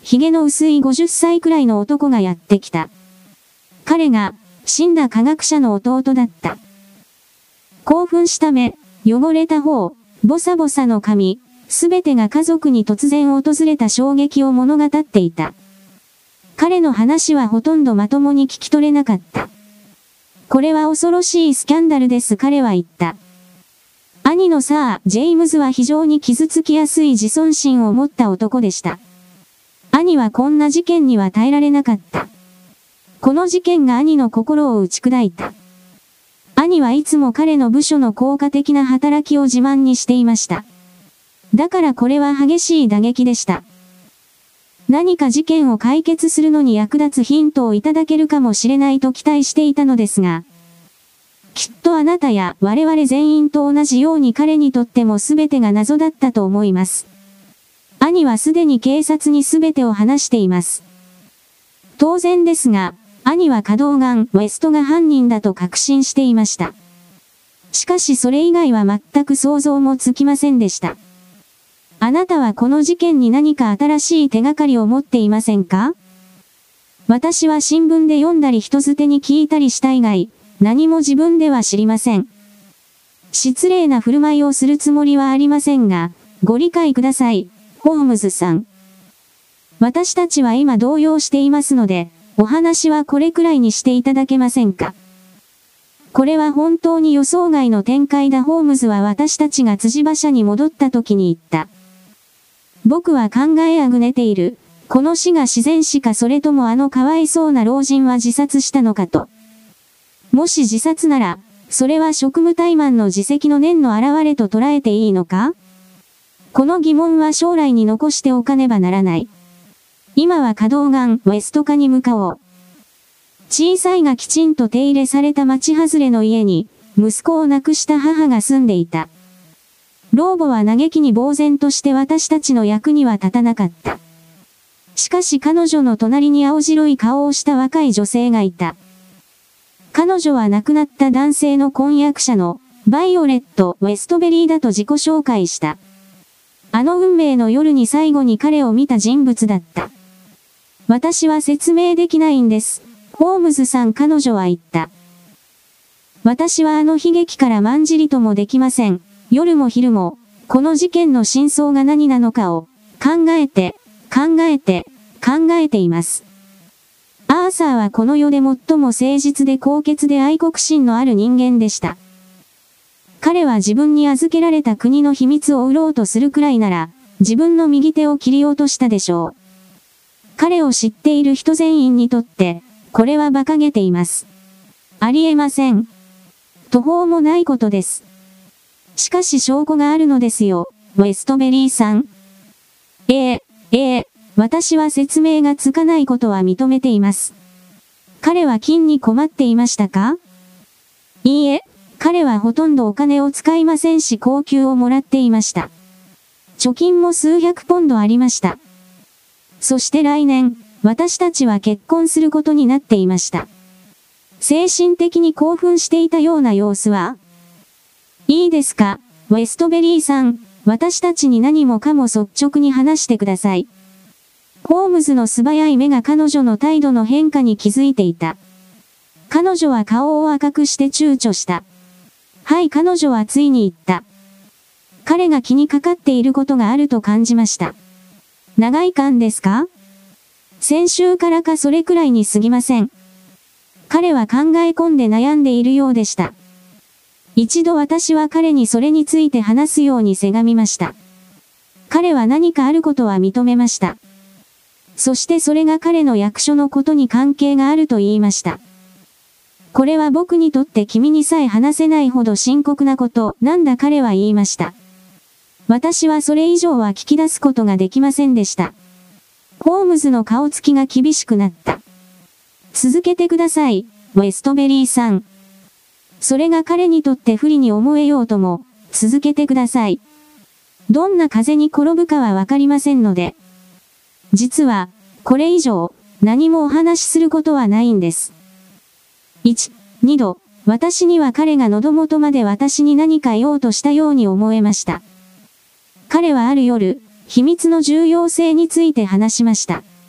髭の薄いごじゅっさいくらいの男がやってきた。彼が、死んだ科学者の弟だった。興奮した目、汚れた方、ボサボサの髪、すべてが家族に突然訪れた衝撃を物語っていた。彼の話はほとんどまともに聞き取れなかった。これは恐ろしいスキャンダルです、彼は言った。兄のサー・ジェームズは非常に傷つきやすい自尊心を持った男でした。兄はこんな事件には耐えられなかった。この事件が兄の心を打ち砕いた。兄はいつも彼の部署の効果的な働きを自慢にしていました。だからこれは激しい打撃でした。何か事件を解決するのに役立つヒントをいただけるかもしれないと期待していたのですが、きっとあなたや我々全員と同じように彼にとっても全てが謎だったと思います。兄はすでに警察に全てを話しています。当然ですが、兄はカドーガン・ウェストが犯人だと確信していました。しかしそれ以外は全く想像もつきませんでした。あなたはこの事件に何か新しい手がかりを持っていませんか？私は新聞で読んだり人づてに聞いたりした以外、何も自分では知りません。失礼な振る舞いをするつもりはありませんが、ご理解ください、ホームズさん。私たちは今動揺していますので、お話はこれくらいにしていただけませんか？これは本当に予想外の展開だ。ホームズは私たちが辻馬車に戻った時に言った。僕は考えあぐねている。この死が自然死かそれともあのかわいそうな老人は自殺したのかと。もし自殺なら、それは職務怠慢の自責の念の表れと捉えていいのか？この疑問は将来に残しておかねばならない。今はカドーガン・ウェスト化に向かおう。小さいがきちんと手入れされた町外れの家に、息子を亡くした母が住んでいた。老母は嘆きに呆然として私たちの役には立たなかった。しかし彼女の隣に青白い顔をした若い女性がいた。彼女は亡くなった男性の婚約者の、バイオレット・ウェストベリーだと自己紹介した。あの運命の夜に最後に彼を見た人物だった。私は説明できないんです。ホームズさん、彼女は言った。私はあの悲劇からまんじりともできません。夜も昼も、この事件の真相が何なのかを、考えて、考えて、考えています。アーサーはこの世で最も誠実で高潔で愛国心のある人間でした。彼は自分に預けられた国の秘密を売ろうとするくらいなら、自分の右手を切り落としたでしょう。彼を知っている人全員にとって、これは馬鹿げています。ありえません。途方もないことです。しかし証拠があるのですよ、ウェストベリーさん。ええ、ええ、私は説明がつかないことは認めています。彼は金に困っていましたか？いいえ、彼はほとんどお金を使いませんし高給をもらっていました。貯金も数百ポンドありました。そして来年、私たちは結婚することになっていました。精神的に興奮していたような様子は？いいですか、ウェストベリーさん、私たちに何もかも率直に話してください。ホームズの素早い目が彼女の態度の変化に気づいていた。彼女は顔を赤くして躊躇した。はい、彼女はついに言った。彼が気にかかっていることがあると感じました。長い間ですか？先週からかそれくらいに過ぎません。彼は考え込んで悩んでいるようでした。一度私は彼にそれについて話すようにせがみました。彼は何かあることは認めました。そしてそれが彼の役所のことに関係があると言いました。これは僕にとって君にさえ話せないほど深刻なこと、なんだ彼は言いました。私はそれ以上は聞き出すことができませんでした。ホームズの顔つきが厳しくなった。続けてください、ウェストベリーさん。それが彼にとって不利に思えようとも、続けてください。どんな風に転ぶかはわかりませんので。実は、これ以上、何もお話しすることはないんです。いち、にど、私には彼が喉元まで私に何か言おうとしたように思えました。彼はある夜、秘密の重要性について話しました。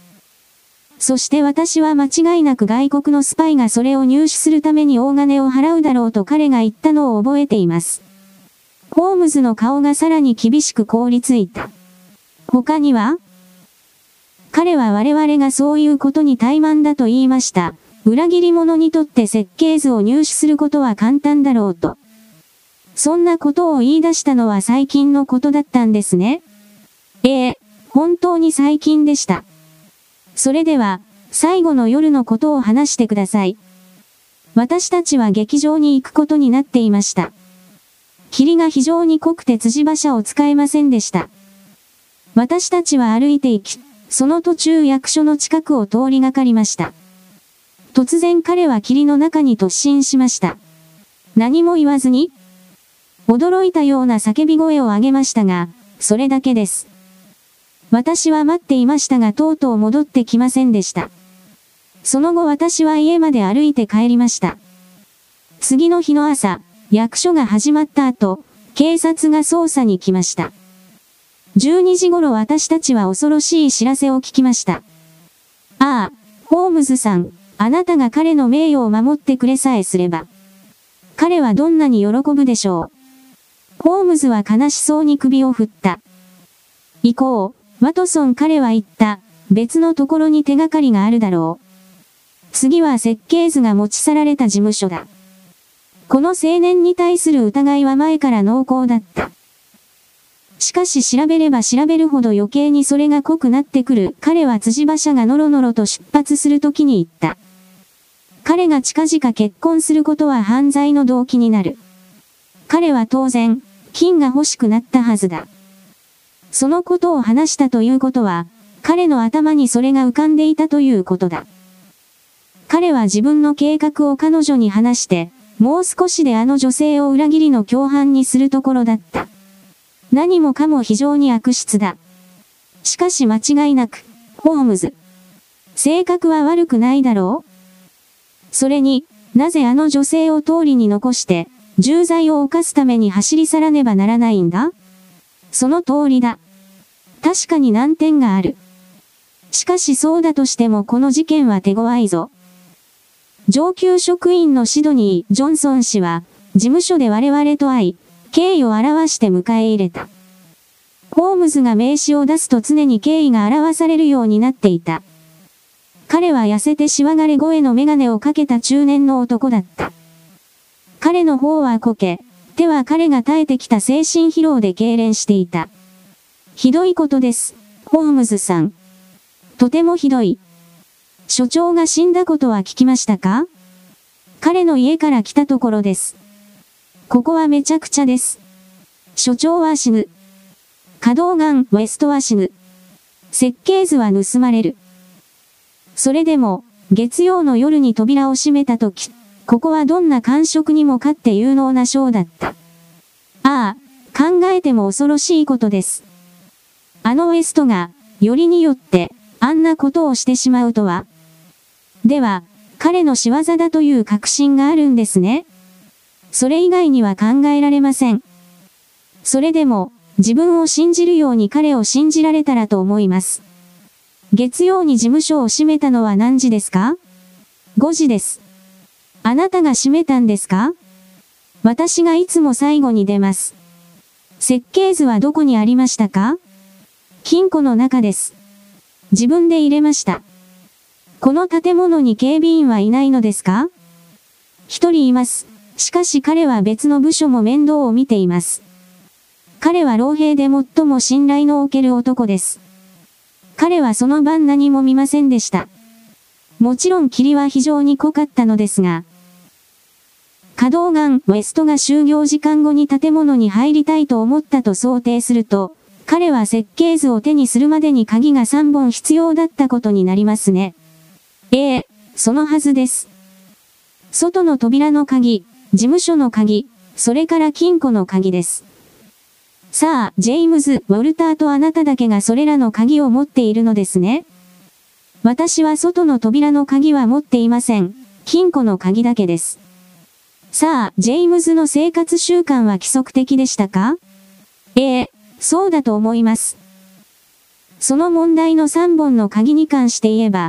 そして私は間違いなく外国のスパイがそれを入手するために大金を払うだろうと彼が言ったのを覚えています。ホームズの顔がさらに厳しく凍りついた。他には？彼は我々がそういうことに怠慢だと言いました。裏切り者にとって設計図を入手することは簡単だろうと。そんなことを言い出したのは最近のことだったんですね。ええ、本当に最近でした。それでは、最後の夜のことを話してください。私たちは劇場に行くことになっていました。霧が非常に濃くて辻馬車を使えませんでした。私たちは歩いて行き、その途中役所の近くを通りがかりました。突然彼は霧の中に突進しました。何も言わずに、驚いたような叫び声を上げましたが、それだけです。私は待っていましたがとうとう戻ってきませんでした。その後私は家まで歩いて帰りました。次の日の朝、役所が始まった後、警察が捜査に来ました。じゅうにじ頃私たちは恐ろしい知らせを聞きました。ああ、ホームズさん、あなたが彼の名誉を守ってくれさえすれば。彼はどんなに喜ぶでしょう。ホームズは悲しそうに首を振った。行こう、ワトソン彼は言った。別のところに手がかりがあるだろう。次は設計図が持ち去られた事務所だ。この青年に対する疑いは前から濃厚だった。しかし調べれば調べるほど余計にそれが濃くなってくる。彼は辻馬車がノロノロと出発するときに言った。彼が近々結婚することは犯罪の動機になる。彼は当然、金が欲しくなったはずだ。そのことを話したということは、彼の頭にそれが浮かんでいたということだ。彼は自分の計画を彼女に話して、もう少しであの女性を裏切りの共犯にするところだった。何もかも非常に悪質だ。しかし間違いなく、ホームズ。性格は悪くないだろう？それに、なぜあの女性を通りに残して、重罪を犯すために走り去らねばならないんだ？その通りだ。確かに難点がある。しかしそうだとしてもこの事件は手強いぞ。上級職員のシドニー・ジョンソン氏は、事務所で我々と会い、敬意を表して迎え入れた。ホームズが名刺を出すと常に敬意が表されるようになっていた。彼は痩せてしわがれ声のメガネをかけた中年の男だった。彼の方はこけ、手は彼が耐えてきた精神疲労で痙攣していた。ひどいことです、ホームズさん。とてもひどい。所長が死んだことは聞きましたか？彼の家から来たところです。ここはめちゃくちゃです。所長は死ぬ。花道岩ウェストは死ぬ。設計図は盗まれる。それでも、月曜の夜に扉を閉めたとき、ここはどんな感触にも勝って有能なショーだった。ああ、考えても恐ろしいことです。あのウェストが、よりによって、あんなことをしてしまうとは。では、彼の仕業だという確信があるんですね。それ以外には考えられません。それでも、自分を信じるように彼を信じられたらと思います。月曜に事務所を閉めたのは何時ですか？ごじです。あなたが閉めたんですか？私がいつも最後に出ます。設計図はどこにありましたか？金庫の中です。自分で入れました。この建物に警備員はいないのですか？一人います。しかし彼は別の部署も面倒を見ています。彼は老兵で最も信頼のおける男です。彼はその晩何も見ませんでした。もちろん霧は非常に濃かったのですが、花道岩ウェストが就業時間後に建物に入りたいと思ったと想定すると、彼は設計図を手にするまでに鍵がさんぼん必要だったことになりますね。ええ、そのはずです。外の扉の鍵、事務所の鍵、それから金庫の鍵です。さあ、ジェームズ・ウォルターとあなただけがそれらの鍵を持っているのですね。私は外の扉の鍵は持っていません。金庫の鍵だけです。さあ、ジェームズの生活習慣は規則的でしたか？ええ、そうだと思います。その問題のさんぼんの鍵に関して言えば、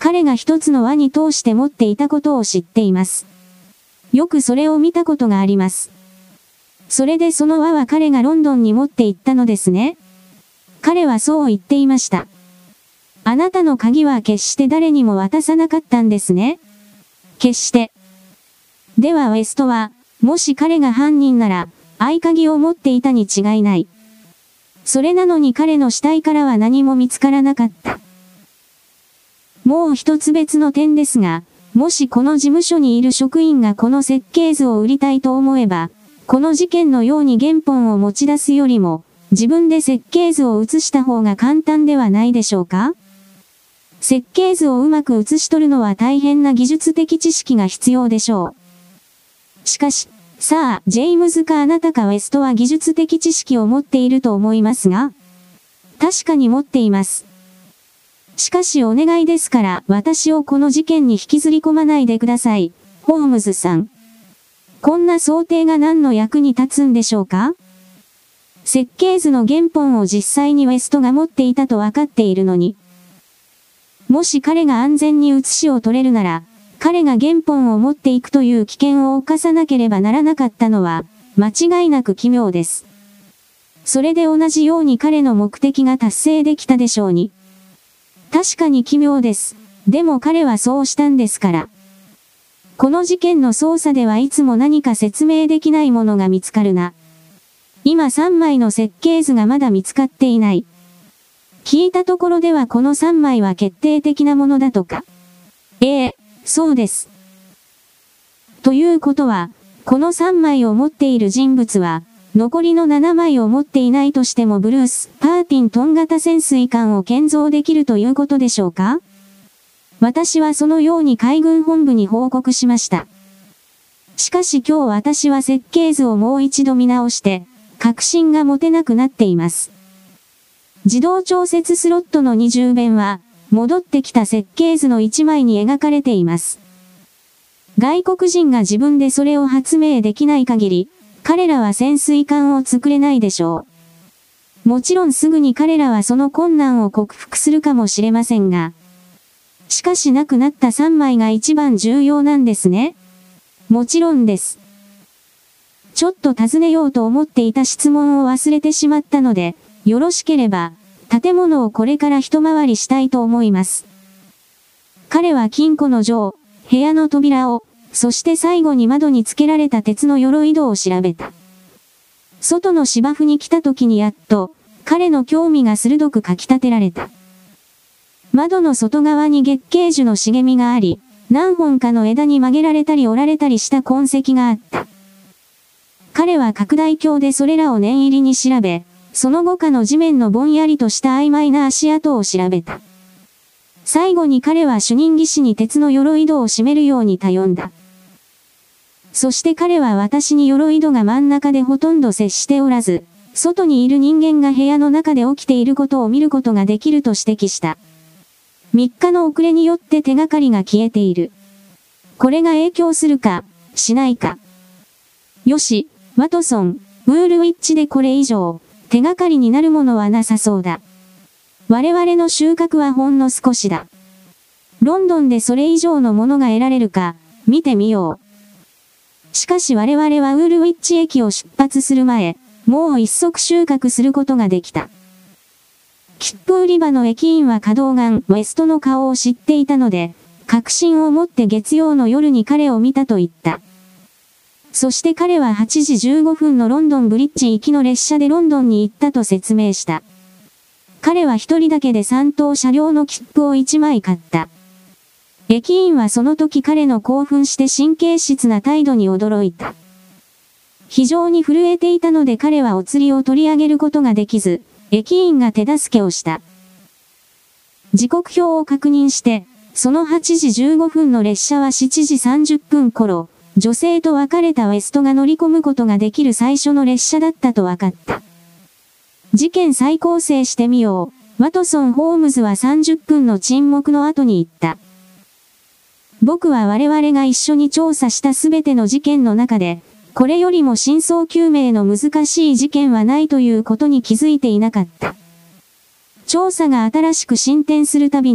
彼が一つの輪に通して持っていたことを知っています。よくそれを見たことがあります。それでその輪は彼がロンドンに持って行ったのですね。彼はそう言っていました。あなたの鍵は決して誰にも渡さなかったんですね。決して。ではウェストは、もし彼が犯人なら、合鍵を持っていたに違いない。それなのに彼の死体からは何も見つからなかった。もう一つ別の点ですが、もしこの事務所にいる職員がこの設計図を売りたいと思えば、この事件のように原本を持ち出すよりも、自分で設計図を写した方が簡単ではないでしょうか？設計図をうまく写し取るのは大変な技術的知識が必要でしょう。しかし、さあ、ジェームズかあなたかウェストは技術的知識を持っていると思いますが、確かに持っています。しかしお願いですから私をこの事件に引きずり込まないでください、ホームズさん。こんな想定が何の役に立つんでしょうか？設計図の原本を実際にウェストが持っていたと分かっているのに。もし彼が安全に写しを取れるなら、彼が原本を持っていくという危険を冒さなければならなかったのは、間違いなく奇妙です。それで同じように彼の目的が達成できたでしょうに。確かに奇妙です。でも彼はそうしたんですから。この事件の捜査ではいつも何か説明できないものが見つかるな。今さんまいの設計図がまだ見つかっていない。聞いたところではこのさんまいは決定的なものだとか。ええ、そうです。ということは、このさんまいを持っている人物は、残りのななまいを持っていないとしてもブルース・パーティントン型潜水艦を建造できるということでしょうか？私はそのように海軍本部に報告しました。しかし今日私は設計図をもう一度見直して、確信が持てなくなっています。自動調節スロットのにじゅう弁は、戻ってきた設計図のいちまいに描かれています。外国人が自分でそれを発明できない限り、彼らは潜水艦を作れないでしょう。もちろんすぐに彼らはその困難を克服するかもしれませんが。しかしなくなったさんまいが一番重要なんですね。もちろんです。ちょっと尋ねようと思っていた質問を忘れてしまったので、よろしければ、建物をこれから一回りしたいと思います。彼は金庫の錠、部屋の扉を、そして最後に窓につけられた鉄の鎧戸を調べた。外の芝生に来た時にやっと、彼の興味が鋭くかき立てられた。窓の外側に月桂樹の茂みがあり、何本かの枝に曲げられたり折られたりした痕跡があった。彼は拡大鏡でそれらを念入りに調べ、その後下の地面のぼんやりとした曖昧な足跡を調べた。最後に彼は主任技師に鉄の鎧戸を閉めるように頼んだ。そして彼は私に鎧戸が真ん中でほとんど接しておらず、外にいる人間が部屋の中で起きていることを見ることができると指摘した。みっかの遅れによって手がかりが消えている。これが影響するか、しないか。よし、ワトソン、ウールウィッチでこれ以上、手がかりになるものはなさそうだ。我々の収穫はほんの少しだ。ロンドンでそれ以上のものが得られるか、見てみよう。しかし我々はウールウィッチ駅を出発する前、もう一足収穫することができた。切符売り場の駅員は花道岸ウェストの顔を知っていたので、確信を持って月曜の夜に彼を見たと言った。そして彼ははちじじゅうごふんのロンドンブリッジ行きの列車でロンドンに行ったと説明した。彼は一人だけでさんとう車両の切符をいちまい買った。駅員はその時彼の興奮して神経質な態度に驚いた。非常に震えていたので彼はお釣りを取り上げることができず、駅員が手助けをした。時刻表を確認して、そのはちじじゅうごふんの列車はしちじさんじゅっぷん頃、女性と別れたウェストが乗り込むことができる最初の列車だったと分かった。事件再構成してみよう。ワトソン・ホームズはさんじゅっぷんの沈黙の後に言った。僕は我々が一緒に調査したすべての事件の中で、これよりも真相究明の難しい事件はないということに気づいていなかった。調査が新しく進展するたびに、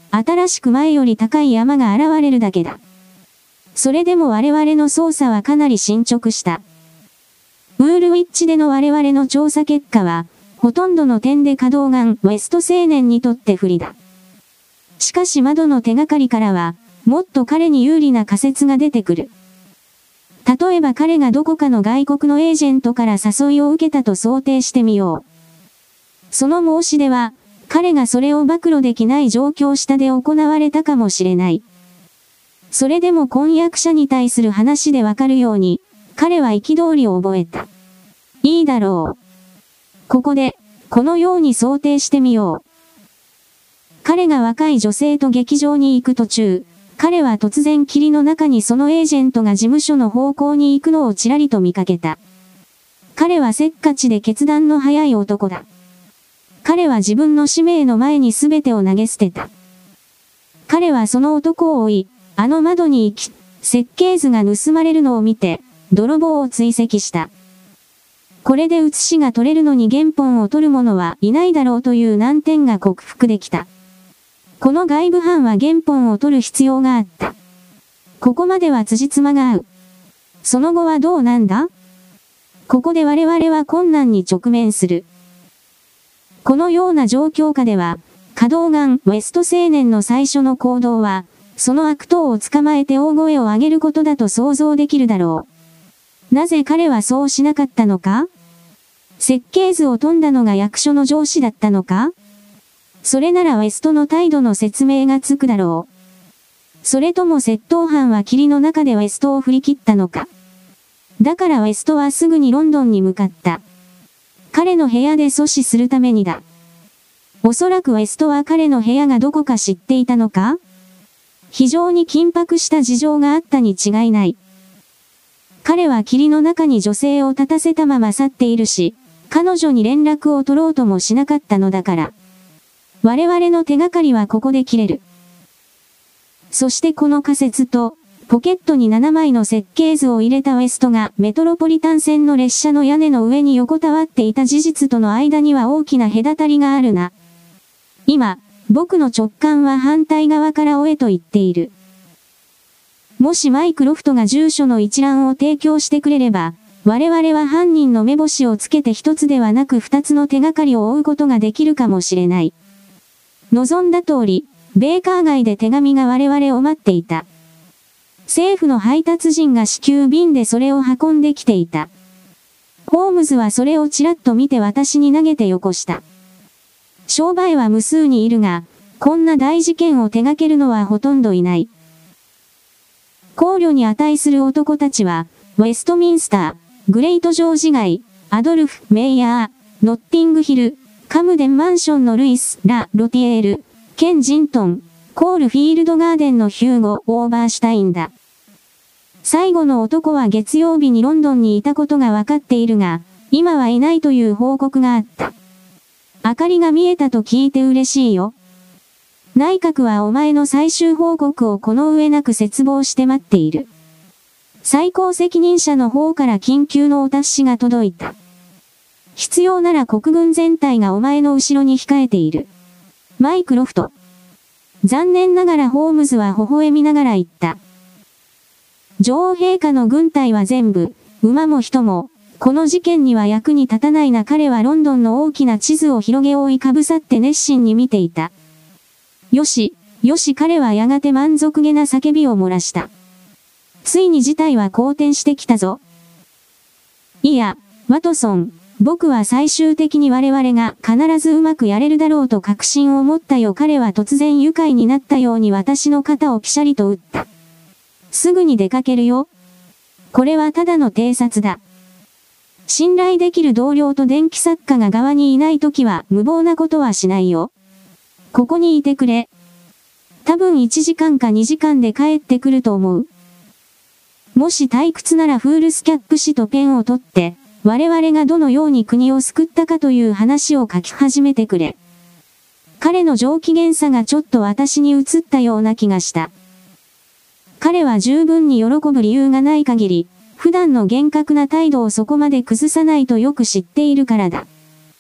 新しく前より高い山が現れるだけだ。それでも我々の捜査はかなり進捗した。ウールウィッチでの我々の調査結果は、ほとんどの点で稼働眼ウェスト青年にとって不利だ。しかし窓の手がかりからは、もっと彼に有利な仮説が出てくる。例えば彼がどこかの外国のエージェントから誘いを受けたと想定してみよう。その申し出は、彼がそれを暴露できない状況下で行われたかもしれない。それでも婚約者に対する話でわかるように、彼は憤りを覚えた。いいだろう。ここで、このように想定してみよう。彼が若い女性と劇場に行く途中、彼は突然霧の中にそのエージェントが事務所の方向に行くのをちらりと見かけた。彼はせっかちで決断の早い男だ。彼は自分の使命の前に全てを投げ捨てた。彼はその男を追い、あの窓に行き、設計図が盗まれるのを見て、泥棒を追跡した。これで写しが取れるのに原本を取る者はいないだろうという難点が克服できた。この外部犯は原本を取る必要があった。ここまでは辻褄が合う。その後はどうなんだ？ここで我々は困難に直面する。このような状況下では、稼働眼ウェスト青年の最初の行動は、その悪党を捕まえて大声を上げることだと想像できるだろう。なぜ彼はそうしなかったのか？設計図を飛んだのが役所の上司だったのか？それならウェストの態度の説明がつくだろう。それとも窃盗犯は霧の中でウェストを振り切ったのか。だからウェストはすぐにロンドンに向かった。彼の部屋で阻止するためにだ。おそらくウェストは彼の部屋がどこか知っていたのか？非常に緊迫した事情があったに違いない。彼は霧の中に女性を立たせたまま去っているし、彼女に連絡を取ろうともしなかったのだから。我々の手がかりはここで切れる。そしてこの仮説と、ポケットにななまいの設計図を入れたウェストがメトロポリタン線の列車の屋根の上に横たわっていた事実との間には大きな隔たりがあるな。今、僕の直感は反対側から追えと言っている。もしマイクロフトが住所の一覧を提供してくれれば、我々は犯人の目星をつけて一つではなく二つの手がかりを追うことができるかもしれない。望んだ通り、ベーカー街で手紙が我々を待っていた。政府の配達人が至急便でそれを運んできていた。ホームズはそれをちらっと見て私に投げてよこした。商売は無数にいるが、こんな大事件を手掛けるのはほとんどいない。考慮に値する男たちは、ウェストミンスター、グレイトジョージ街、アドルフ・メイヤー、ノッティングヒル、カムデンマンションのルイス・ラ・ロティエール、ケンジントン、コールフィールドガーデンのヒューゴ・オーバーシュタインだ。最後の男は月曜日にロンドンにいたことが分かっているが、今はいないという報告があった。明かりが見えたと聞いて嬉しいよ。内閣はお前の最終報告をこの上なく切望して待っている。最高責任者の方から緊急のお達しが届いた。必要なら国軍全体がお前の後ろに控えている。マイクロフト。残念ながらホームズは微笑みながら言った。女王陛下の軍隊は全部、馬も人も、この事件には役に立たないな。彼はロンドンの大きな地図を広げ覆いかぶさって熱心に見ていた。よし、よし彼はやがて満足げな叫びを漏らした。ついに事態は好転してきたぞ。いや、ワトソン、僕は最終的に我々が必ずうまくやれるだろうと確信を持ったよ。彼は突然愉快になったように私の肩をピシャリと打った。すぐに出かけるよ。これはただの偵察だ。信頼できる同僚と電気作家が側にいないときは無謀なことはしないよ。ここにいてくれ。多分いちじかんかにじかんで帰ってくると思う。もし退屈ならフールスキャップ紙とペンを取って、我々がどのように国を救ったかという話を書き始めてくれ。彼の上機嫌さがちょっと私に映ったような気がした。彼は十分に喜ぶ理由がない限り、普段の厳格な態度をそこまで崩さないとよく知っているからだ。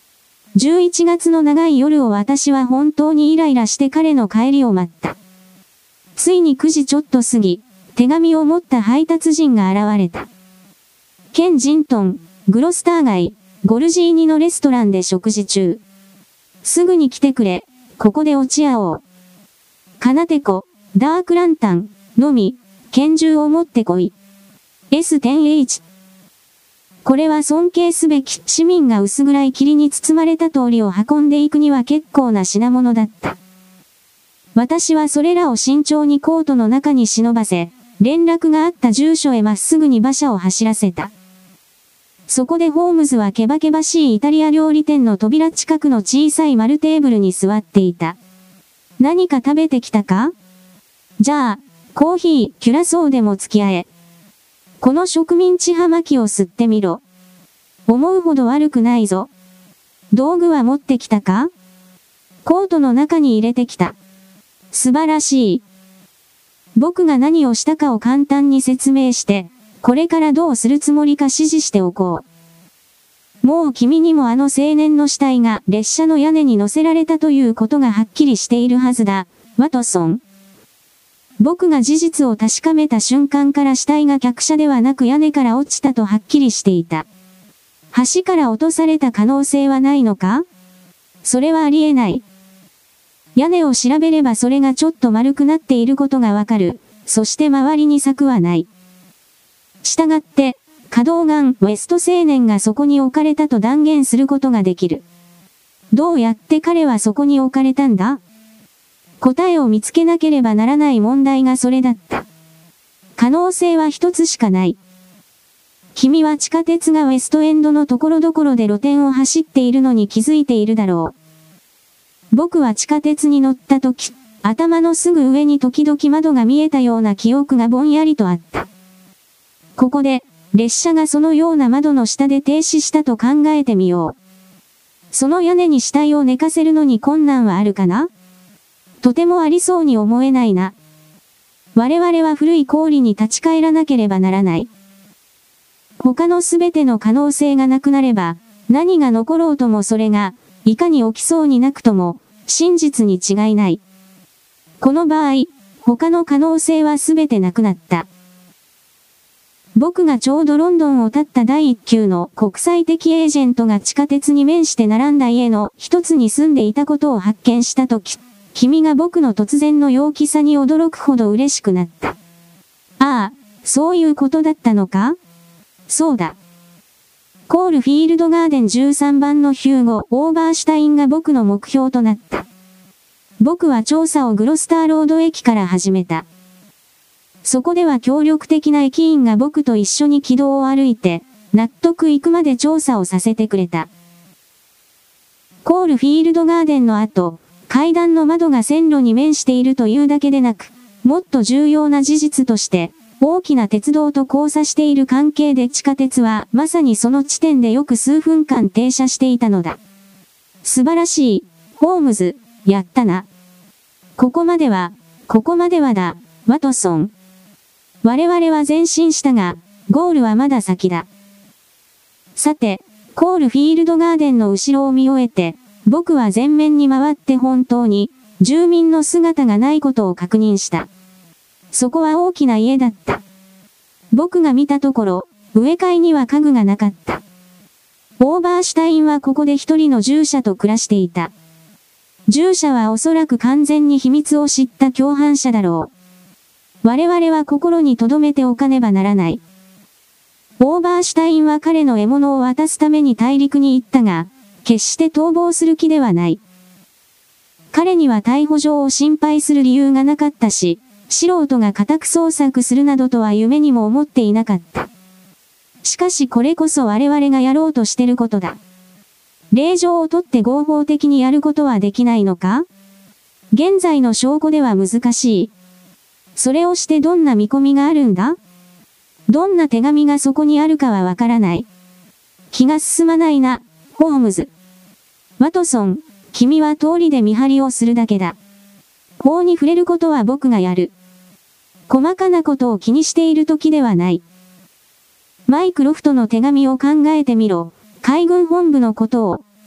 じゅういちがつの長い夜を私は本当にイライラして彼の帰りを待った。ついにくじちょっと過ぎ、手紙を持った配達人が現れた。ケンジントン、グロスター街、ゴルジーニのレストランで食事中。すぐに来てくれ、ここで落ち合おう。カナテコ、ダークランタン、のみ、拳銃を持ってこい。エステンエイチ。これは尊敬すべき市民が薄暗い霧に包まれた通りを運んでいくには結構な品物だった。私はそれらを慎重にコートの中に忍ばせ、連絡があった住所へまっすぐに馬車を走らせた。そこでホームズはけばけばしいイタリア料理店の扉近くの小さい丸テーブルに座っていた。何か食べてきたか？じゃあ、コーヒー、キュラソーでも付き合え。この植民地葉巻を吸ってみろ。思うほど悪くないぞ。道具は持ってきたか？コートの中に入れてきた。素晴らしい。僕が何をしたかを簡単に説明して、これからどうするつもりか指示しておこう。もう君にもあの青年の死体が列車の屋根に乗せられたということがはっきりしているはずだ、ワトソン。僕が事実を確かめた瞬間から死体が客車ではなく屋根から落ちたとはっきりしていた。橋から落とされた可能性はないのか？それはありえない。屋根を調べればそれがちょっと丸くなっていることがわかる。そして周りに柵はない。したがって、可動眼ウェスト青年がそこに置かれたと断言することができる。どうやって彼はそこに置かれたんだ？答えを見つけなければならない問題がそれだった。可能性は一つしかない。君は地下鉄がウェストエンドのところどころで露店を走っているのに気づいているだろう。僕は地下鉄に乗った時、頭のすぐ上に時々窓が見えたような記憶がぼんやりとあった。ここで、列車がそのような窓の下で停止したと考えてみよう。その屋根に死体を寝かせるのに困難はあるかな？とてもありそうに思えないな。我々は古い氷に立ち返らなければならない。他のすべての可能性がなくなれば、何が残ろうともそれが、いかに起きそうになくとも、真実に違いない。この場合、他の可能性はすべてなくなった。僕がちょうどロンドンを立った第一級の国際的エージェントが地下鉄に面して並んだ家の一つに住んでいたことを発見したとき、君が僕の突然の陽気さに驚くほど嬉しくなった。ああ、そういうことだったのか？そうだ。コールフィールドガーデンじゅうさんばんのヒューゴ・オーバーシュタインが僕の目標となった。僕は調査をグロスターロード駅から始めた。そこでは協力的な駅員が僕と一緒に軌道を歩いて、納得いくまで調査をさせてくれた。コールフィールドガーデンの後、階段の窓が線路に面しているというだけでなく、もっと重要な事実として、大きな鉄道と交差している関係で地下鉄はまさにその地点でよく数分間停車していたのだ。素晴らしい、ホームズ、やったな。ここまでは、ここまではだ、ワトソン。我々は前進したが、ゴールはまだ先だ。さて、コールフィールドガーデンの後ろを見終えて、僕は前面に回って本当に、住民の姿がないことを確認した。そこは大きな家だった。僕が見たところ、植え替えには家具がなかった。オーバーシュタインはここで一人の従者と暮らしていた。従者はおそらく完全に秘密を知った共犯者だろう。我々は心に留めておかねばならない。オーバーシュタインは彼の獲物を渡すために大陸に行ったが、決して逃亡する気ではない。彼には逮捕状を心配する理由がなかったし、素人が家宅捜索するなどとは夢にも思っていなかった。しかしこれこそ我々がやろうとしてることだ。令状を取って合法的にやることはできないのか？現在の証拠では難しい。それをしてどんな見込みがあるんだ？どんな手紙がそこにあるかはわからない。気が進まないな、ホームズ。ワトソン、君は通りで見張りをするだけだ。法に触れることは僕がやる。細かなことを気にしている時ではない。マイクロフトの手紙を考えてみろ。海軍本部のことを、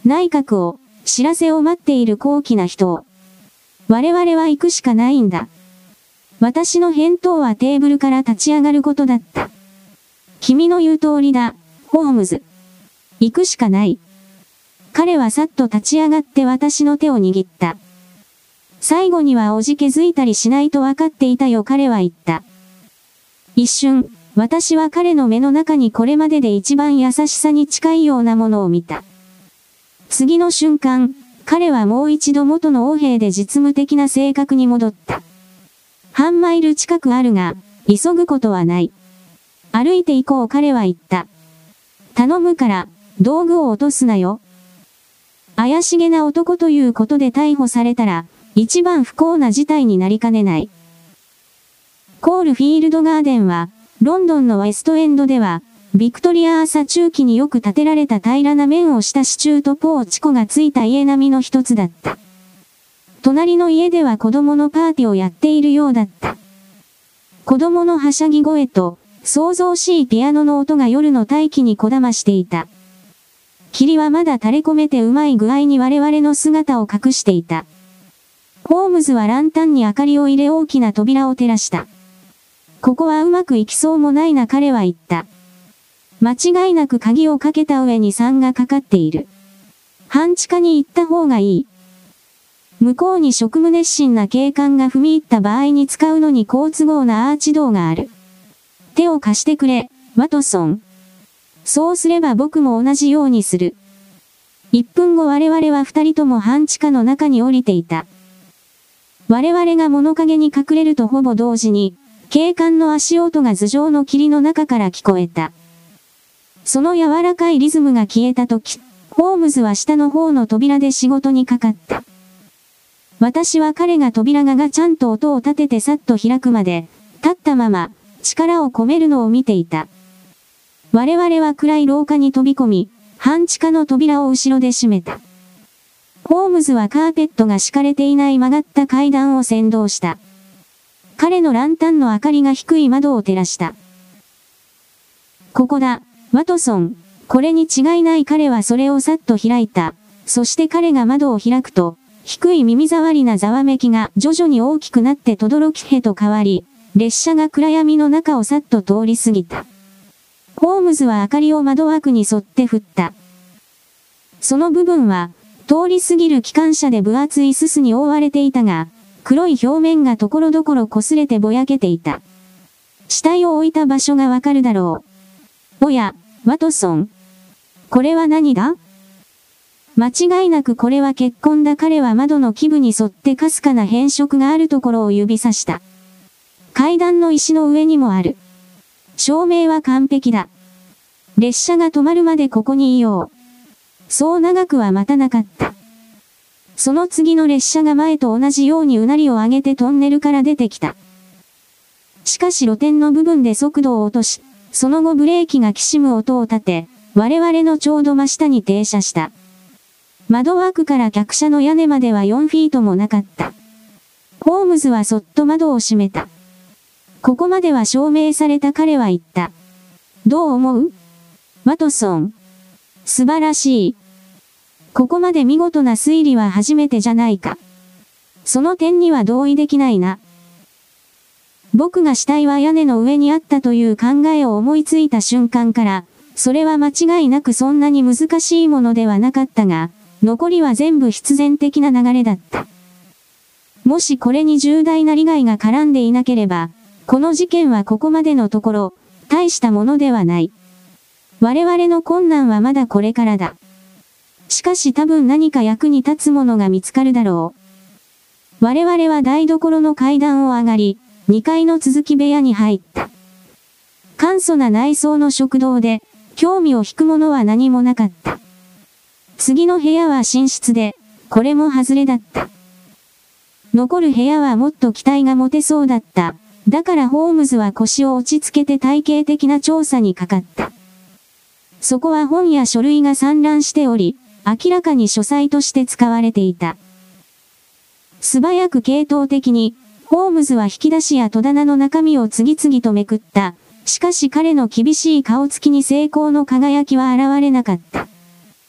内閣を、知らせを待っている高貴な人を。我々は行くしかないんだ。私の返答はテーブルから立ち上がることだった。君の言う通りだ、ホームズ。行くしかない。彼はさっと立ち上がって私の手を握った。最後にはおじけづいたりしないと分かっていたよ彼は言った。一瞬、私は彼の目の中にこれまでで一番優しさに近いようなものを見た。次の瞬間、彼はもう一度元の横兵で実務的な性格に戻った。半マイル近くあるが、急ぐことはない。歩いて行こう彼は言った。頼むから、道具を落とすなよ。怪しげな男ということで逮捕されたら、一番不幸な事態になりかねない。コールフィールドガーデンは、ロンドンのウェストエンドでは、ビクトリア朝中期によく建てられた平らな面をした支柱とポーチコがついた家並みの一つだった。隣の家では子供のパーティーをやっているようだった。子供のはしゃぎ声と、騒々しいピアノの音が夜の大気にこだましていた。霧はまだ垂れ込めてうまい具合に我々の姿を隠していた。ホームズはランタンに明かりを入れ大きな扉を照らした。ここはうまくいきそうもないな彼は言った。間違いなく鍵をかけた上に酸がかかっている。半地下に行った方がいい。向こうに職務熱心な警官が踏み入った場合に使うのに好都合なアーチドーがある。手を貸してくれ、ワトソン。そうすれば僕も同じようにする。一分後我々は二人とも半地下の中に降りていた。我々が物陰に隠れるとほぼ同時に、警官の足音が頭上の霧の中から聞こえた。その柔らかいリズムが消えたとき、ホームズは下の方の扉で仕事にかかった。私は彼が扉がガチャンと音を立ててさっと開くまで、立ったまま、力を込めるのを見ていた。我々は暗い廊下に飛び込み、半地下の扉を後ろで閉めた。ホームズはカーペットが敷かれていない曲がった階段を先導した。彼のランタンの明かりが低い窓を照らした。ここだ、ワトソン。これに違いない彼はそれをさっと開いた。そして彼が窓を開くと、低い耳障りなざわめきが徐々に大きくなって轟きへと変わり、列車が暗闇の中をさっと通り過ぎた。ホームズは明かりを窓枠に沿って振った。その部分は、通り過ぎる機関車で分厚いすすに覆われていたが、黒い表面がところどころ擦れてぼやけていた。死体を置いた場所がわかるだろう。おや、ワトソン。これは何だ？間違いなくこれは血痕だ。彼は窓の基部に沿ってかすかな変色があるところを指さした。階段の石の上にもある。照明は完璧だ。列車が止まるまでここにいよう。そう長くは待たなかった。その次の列車が前と同じようにうなりを上げてトンネルから出てきた。しかし露天の部分で速度を落とし、その後ブレーキがきしむ音を立て、我々のちょうど真下に停車した。窓枠から客車の屋根まではよんフィートもなかった。ホームズはそっと窓を閉めた。ここまでは証明された彼は言った。どう思う？ワトソン。素晴らしい。ここまで見事な推理は初めてじゃないか。その点には同意できないな。僕が死体は屋根の上にあったという考えを思いついた瞬間から、それは間違いなくそんなに難しいものではなかったが、残りは全部必然的な流れだった。もしこれに重大な利害が絡んでいなければ、この事件はここまでのところ、大したものではない。我々の困難はまだこれからだ。しかし多分何か役に立つものが見つかるだろう。我々は台所の階段を上がり、にかいの続き部屋に入った。簡素な内装の食堂で、興味を引くものは何もなかった。次の部屋は寝室で、これも外れだった。残る部屋はもっと期待が持てそうだった。だからホームズは腰を落ち着けて体系的な調査にかかった。そこは本や書類が散乱しており、明らかに書斎として使われていた。素早く系統的に、ホームズは引き出しや戸棚の中身を次々とめくった。しかし彼の厳しい顔つきに成功の輝きは現れなかった。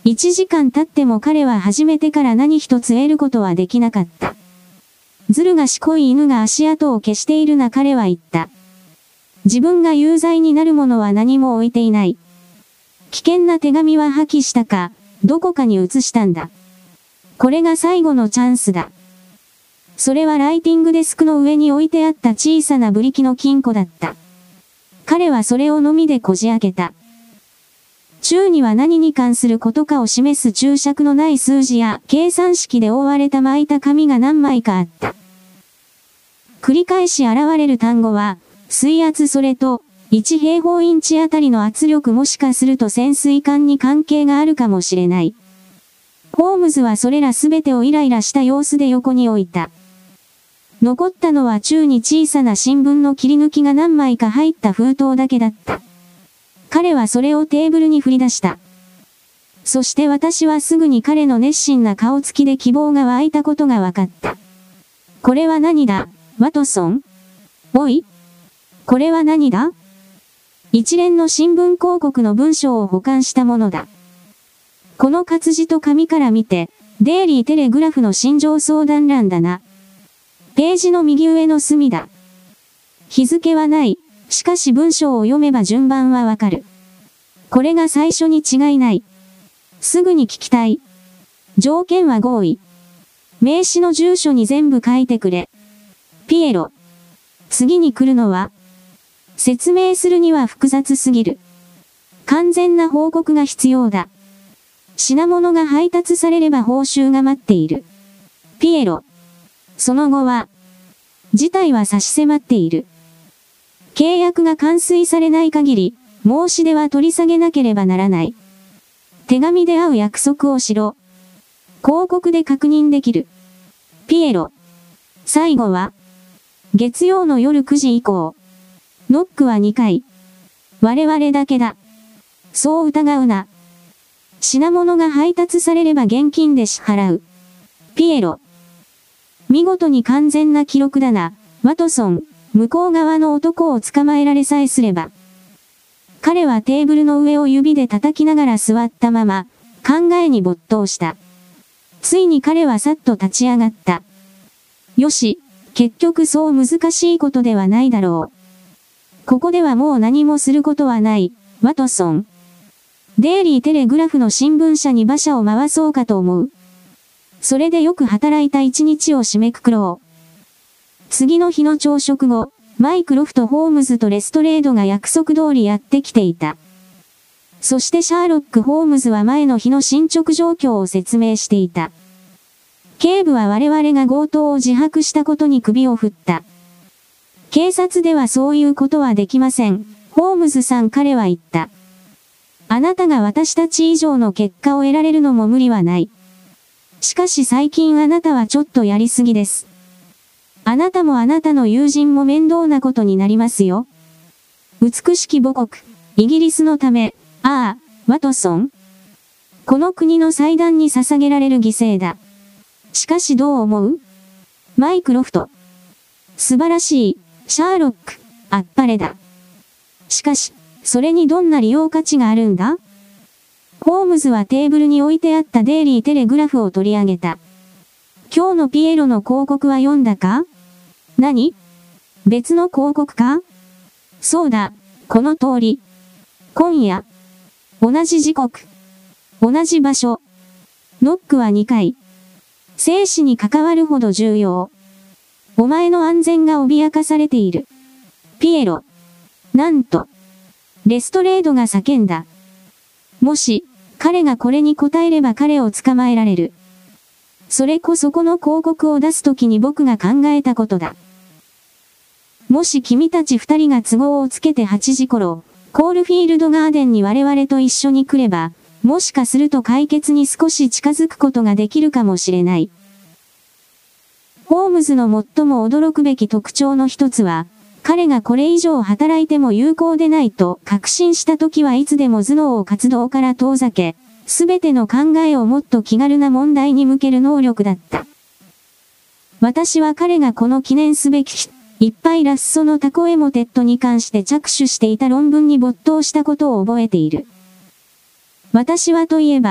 一時間経っても彼は始めてから何一つ得ることはできなかった。ずる賢い犬が足跡を消しているな彼は言った。自分が有罪になるものは何も置いていない。危険な手紙は破棄したか、どこかに移したんだ。これが最後のチャンスだ。それはライティングデスクの上に置いてあった小さなブリキの金庫だった。彼はそれをのみでこじ開けた。中には何に関することかを示す注釈のない数字や計算式で覆われた巻いた紙が何枚かあった。繰り返し現れる単語は、水圧それと、いち平方インチあたりの圧力もしかすると潜水艦に関係があるかもしれない。ホームズはそれらすべてをイライラした様子で横に置いた。残ったのは宙に小さな新聞の切り抜きが何枚か入った封筒だけだった。彼はそれをテーブルに振り出した。そして私はすぐに彼の熱心な顔つきで希望が湧いたことが分かった。これは何だ、ワトソン？おい？これは何だ？一連の新聞広告の文章を保管したものだ。この活字と紙から見て、デイリーテレグラフの心情相談欄だな。ページの右上の隅だ。日付はない。しかし文章を読めば順番はわかる。これが最初に違いない。すぐに聞きたい。条件は合意。名刺の住所に全部書いてくれ。ピエロ。次に来るのは？説明するには複雑すぎる。完全な報告が必要だ。品物が配達されれば報酬が待っている。ピエロ。その後は、事態は差し迫っている。契約が完遂されない限り、申し出は取り下げなければならない。手紙で会う約束をしろ。広告で確認できる。ピエロ。最後は、月曜の夜くじ以降。ノックはにかい。我々だけだ。そう疑うな。品物が配達されれば現金で支払う。ピエロ。見事に完全な記録だな、ワトソン。向こう側の男を捕まえられさえすれば。彼はテーブルの上を指で叩きながら座ったまま、考えに没頭した。ついに彼はさっと立ち上がった。よし、結局そう難しいことではないだろう。ここではもう何もすることはない、ワトソン。デイリーテレグラフの新聞社に馬車を回そうかと思う。それでよく働いた一日を締めくくろう。次の日の朝食後、マイクロフト・ホームズとレストレードが約束通りやってきていた。そしてシャーロック・ホームズは前の日の進捗状況を説明していた。警部は我々が強盗を自白したことに首を振った。警察ではそういうことはできません。ホームズさん彼は言った。あなたが私たち以上の結果を得られるのも無理はない。しかし最近あなたはちょっとやりすぎです。あなたもあなたの友人も面倒なことになりますよ。美しき母国、イギリスのため、ああ、ワトソン。この国の祭壇に捧げられる犠牲だ。しかしどう思う？マイクロフト。素晴らしい、シャーロック、あっぱれだ。しかし、それにどんな利用価値があるんだ？ホームズはテーブルに置いてあったデイリーテレグラフを取り上げた。今日のピエロの広告は読んだか？何？別の広告か？そうだ、この通り。今夜。同じ時刻。同じ場所。ノックはにかい。生死に関わるほど重要。お前の安全が脅かされている。ピエロ。なんと。レストレードが叫んだ。もし、彼がこれに答えれば彼を捕まえられる。それこそこの広告を出すときに僕が考えたことだ。もし君たち二人が都合をつけてはちじ頃、コールフィールドガーデンに我々と一緒に来れば、もしかすると解決に少し近づくことができるかもしれない。ホームズの最も驚くべき特徴の一つは、彼がこれ以上働いても有効でないと確信したときはいつでも頭脳を活動から遠ざけ、すべての考えをもっと気軽な問題に向ける能力だった。私は彼がこの記念すべき、いっぱいラッソのタコエモテットに関して着手していた論文に没頭したことを覚えている。私はといえば、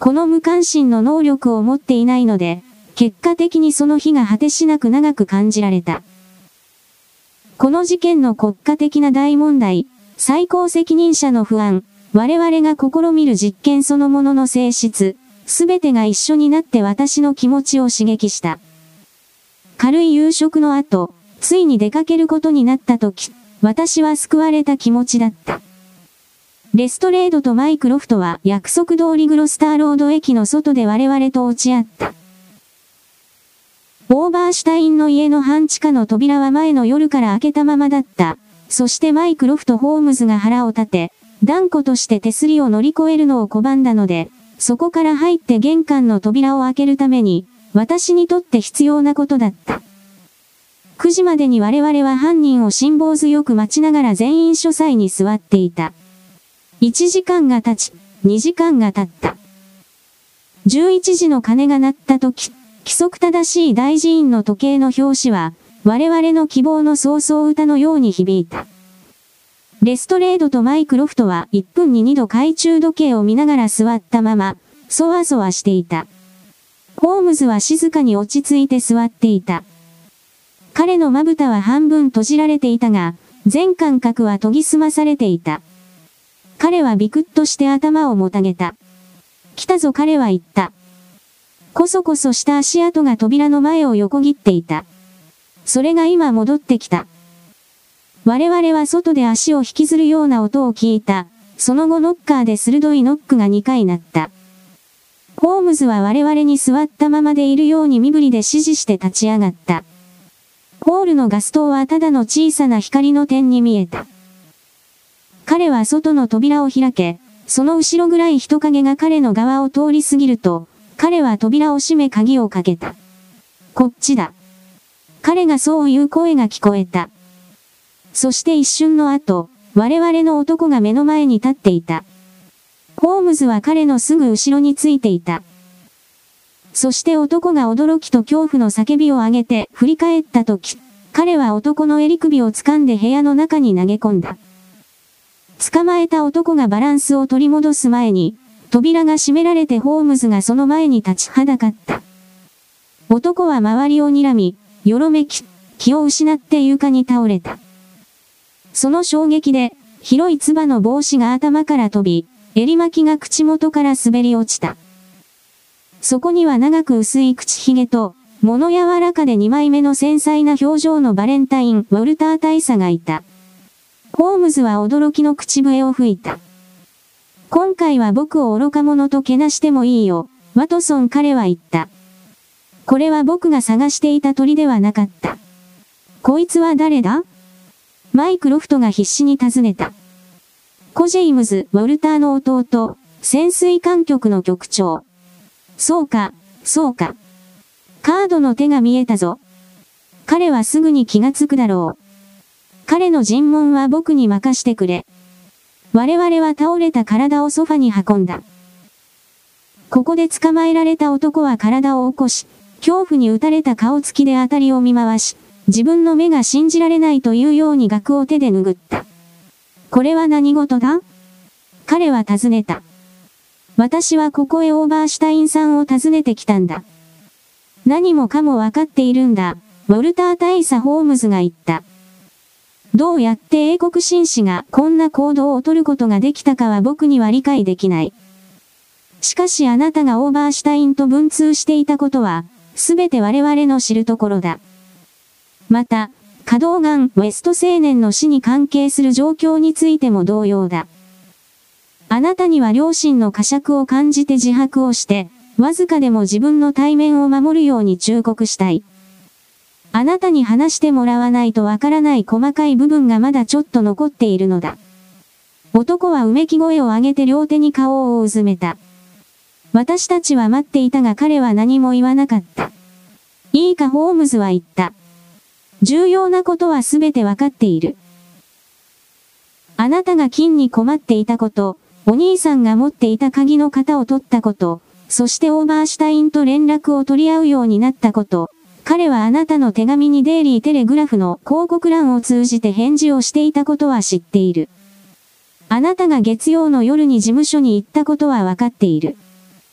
この無関心の能力を持っていないので、結果的にその日が果てしなく長く感じられた。この事件の国家的な大問題、最高責任者の不安、我々が試みる実験そのものの性質、すべてが一緒になって私の気持ちを刺激した。軽い夕食の後、ついに出かけることになったとき、私は救われた気持ちだった。レストレードとマイクロフトは約束通りグロスターロード駅の外で我々と落ち合った。オーバーシュタインの家の半地下の扉は前の夜から開けたままだった。そしてマイクロフト・ホームズが腹を立て、断固として手すりを乗り越えるのを拒んだので、そこから入って玄関の扉を開けるために、私にとって必要なことだった。くじまでに我々は犯人を辛抱強く待ちながら全員書斎に座っていた。いちじかんが経ち、にじかんが経った。じゅういちじの鐘が鳴った時、規則正しい大寺院の時計の表紙は、我々の希望の早々歌のように響いた。レストレードとマイクロフトはいっぷんににど懐中時計を見ながら座ったまま、そわそわしていた。ホームズは静かに落ち着いて座っていた。彼のまぶたは半分閉じられていたが、全感覚は研ぎ澄まされていた。彼はビクッとして頭をもたげた。来たぞ彼は言った。こそこそした足跡が扉の前を横切っていた。それが今戻ってきた。我々は外で足を引きずるような音を聞いた。その後ノッカーで鋭いノックがにかい鳴った。ホームズは我々に座ったままでいるように身振りで指示して立ち上がった。ホールのガス灯はただの小さな光の点に見えた。彼は外の扉を開け、その後ろぐらい人影が彼の側を通り過ぎると、彼は扉を閉め鍵をかけた。こっちだ。彼がそう言う声が聞こえた。そして一瞬の後、我々の男が目の前に立っていた。ホームズは彼のすぐ後ろについていた。そして男が驚きと恐怖の叫びを上げて振り返ったとき、彼は男の襟首を掴んで部屋の中に投げ込んだ。捕まえた男がバランスを取り戻す前に、扉が閉められてホームズがその前に立ちはだかった。男は周りを睨み、よろめき、気を失って床に倒れた。その衝撃で、広いつばの帽子が頭から飛び、襟巻きが口元から滑り落ちた。そこには長く薄い口ひげと、物柔らかで二枚目の繊細な表情のバレンタイン・ウォルター大佐がいた。ホームズは驚きの口笛を吹いた。今回は僕を愚か者とけなしてもいいよ、ワトソン彼は言った。これは僕が探していた鳥ではなかった。こいつは誰だ？マイクロフトが必死に尋ねた。コジェイムズ・ウォルターの弟、潜水艦局の局長。そうか、そうか。カードの手が見えたぞ。彼はすぐに気がつくだろう。彼の尋問は僕に任してくれ。我々は倒れた体をソファに運んだ。ここで捕まえられた男は体を起こし、恐怖に打たれた顔つきであたりを見回し、自分の目が信じられないというように額を手で拭った。これは何事だ？彼は尋ねた。私はここへオーバーシュタインさんを訪ねてきたんだ。何もかもわかっているんだ、ウォルター大佐ホームズが言った。どうやって英国紳士がこんな行動を取ることができたかは僕には理解できない。しかしあなたがオーバーシュタインと文通していたことは、すべて我々の知るところだ。また、カドーガン・ウェスト青年の死に関係する状況についても同様だ。あなたには良心の呵責を感じて自白をして、わずかでも自分の体面を守るように忠告したい。あなたに話してもらわないとわからない細かい部分がまだちょっと残っているのだ。男はうめき声を上げて両手に顔をうずめた。私たちは待っていたが彼は何も言わなかった。いいかホームズは言った。重要なことはすべてわかっている。あなたが金に困っていたこと、お兄さんが持っていた鍵の型を取ったこと、そしてオーバーシュタインと連絡を取り合うようになったこと、彼はあなたの手紙にデイリーテレグラフの広告欄を通じて返事をしていたことは知っている。あなたが月曜の夜に事務所に行ったことはわかっている。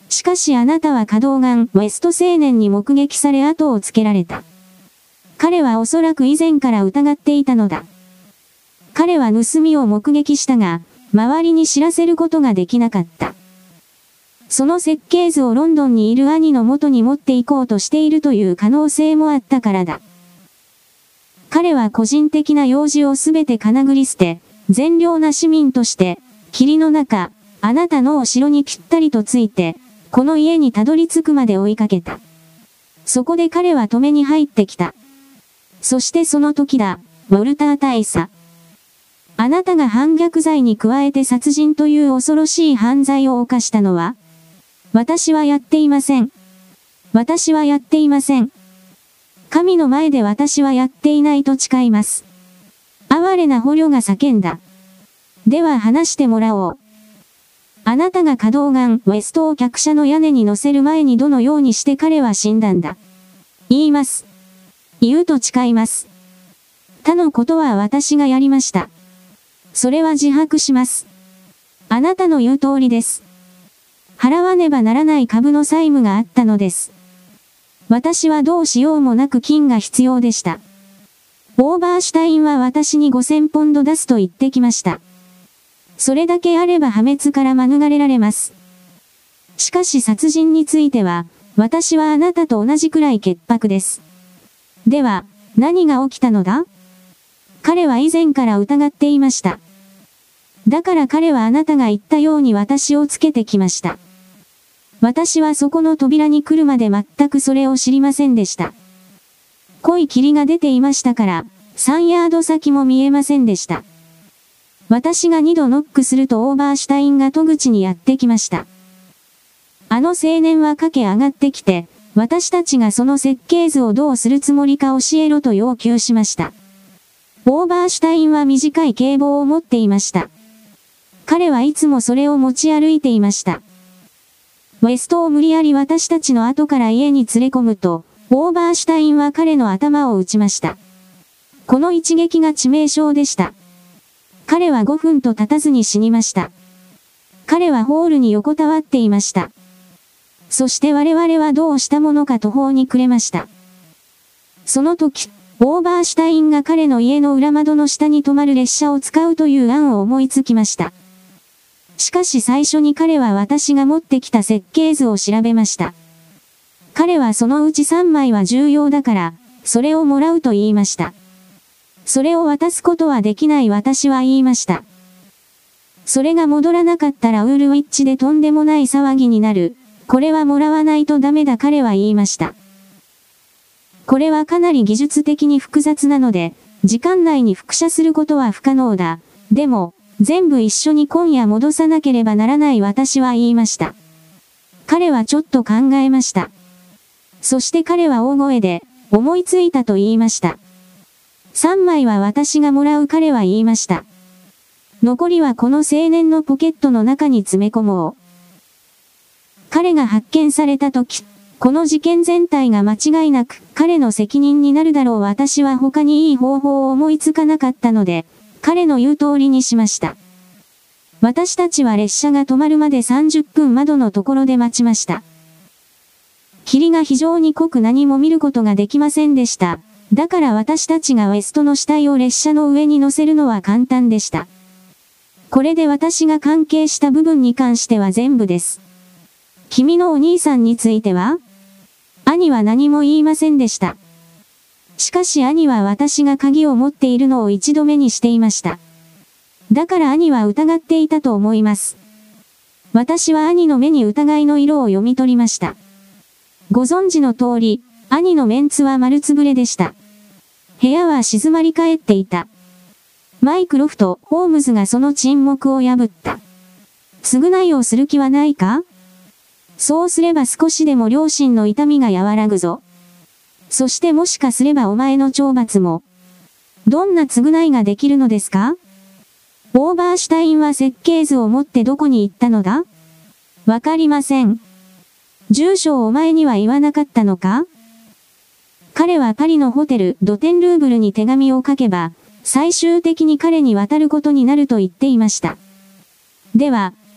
しかしあなたはカドーガン・ウェスト青年に目撃され後をつけられた。彼はおそらく以前から疑っていたのだ。彼は盗みを目撃したが、周りに知らせることができなかった。その設計図をロンドンにいる兄の元に持っていこうとしているという可能性もあったからだ。彼は個人的な用事をすべてかなぐり捨て、善良な市民として、霧の中、あなたのお城にぴったりとついて、この家にたどり着くまで追いかけた。そこで彼は止めに入ってきた。そしてその時だ、ウォルター大佐。あなたが反逆罪に加えて殺人という恐ろしい犯罪を犯したのは？私はやっていません。私はやっていません。神の前で私はやっていないと誓います。哀れな捕虜が叫んだ。では話してもらおう。あなたがカドーガン・ウェストを客車の屋根に乗せる前にどのようにして彼は死んだんだ。言います。言うと誓います。他のことは私がやりました。それは自白します。あなたの言う通りです。払わねばならない株の債務があったのです。私はどうしようもなく金が必要でした。オーバーシュタインは私にごせんポンド出すと言ってきました。それだけあれば破滅から免れられます。しかし殺人については、私はあなたと同じくらい潔白です。では、何が起きたのだ？彼は以前から疑っていました。だから彼はあなたが言ったように私をつけてきました。私はそこの扉に来るまで全くそれを知りませんでした。濃い霧が出ていましたから、さんヤード先も見えませんでした。私がにどノックするとオーバーシュタインが戸口にやってきました。あの青年は駆け上がってきて、私たちがその設計図をどうするつもりか教えろと要求しました。オーバーシュタインは短い警棒を持っていました。彼はいつもそれを持ち歩いていました。ウェストを無理やり私たちの後から家に連れ込むと、オーバーシュタインは彼の頭を打ちました。この一撃が致命傷でした。彼はごふんと経たずに死にました。彼はホールに横たわっていました。そして我々はどうしたものか途方に暮れました。その時、オーバーシュタインが彼の家の裏窓の下に止まる列車を使うという案を思いつきました。しかし最初に彼は私が持ってきた設計図を調べました。彼はそのうちさんまいは重要だから、それをもらうと言いました。それを渡すことはできない私は言いました。それが戻らなかったらウールウィッチでとんでもない騒ぎになる。これはもらわないとダメだ彼は言いました。これはかなり技術的に複雑なので、時間内に複写することは不可能だ。でも、全部一緒に今夜戻さなければならない私は言いました。彼はちょっと考えました。そして彼は大声で、思いついたと言いました。さんまいは私がもらう彼は言いました。残りはこの青年のポケットの中に詰め込もう。彼が発見されたとき、この事件全体が間違いなく彼の責任になるだろう。私は他にいい方法を思いつかなかったので、彼の言う通りにしました。私たちは列車が止まるまでさんじゅっぷん窓のところで待ちました。霧が非常に濃く何も見ることができませんでした。だから私たちがウェストの死体を列車の上に乗せるのは簡単でした。これで私が関係した部分に関しては全部です。君のお兄さんについては？兄は何も言いませんでした。しかし兄は私が鍵を持っているのを一度目にしていました。だから兄は疑っていたと思います。私は兄の目に疑いの色を読み取りました。ご存知の通り、兄のメンツは丸つぶれでした。部屋は静まり返っていた。マイクロフト、ホームズがその沈黙を破った。償いをする気はないか？そうすれば少しでも両親の痛みが和らぐぞ。そしてもしかすればお前の懲罰も。どんな償いができるのですか？オーバーシュタインは設計図を持ってどこに行ったのだ？わかりません。住所をお前には言わなかったのか？彼はパリのホテル、ドテンルーブルに手紙を書けば、最終的に彼に渡ることになると言っていました。では、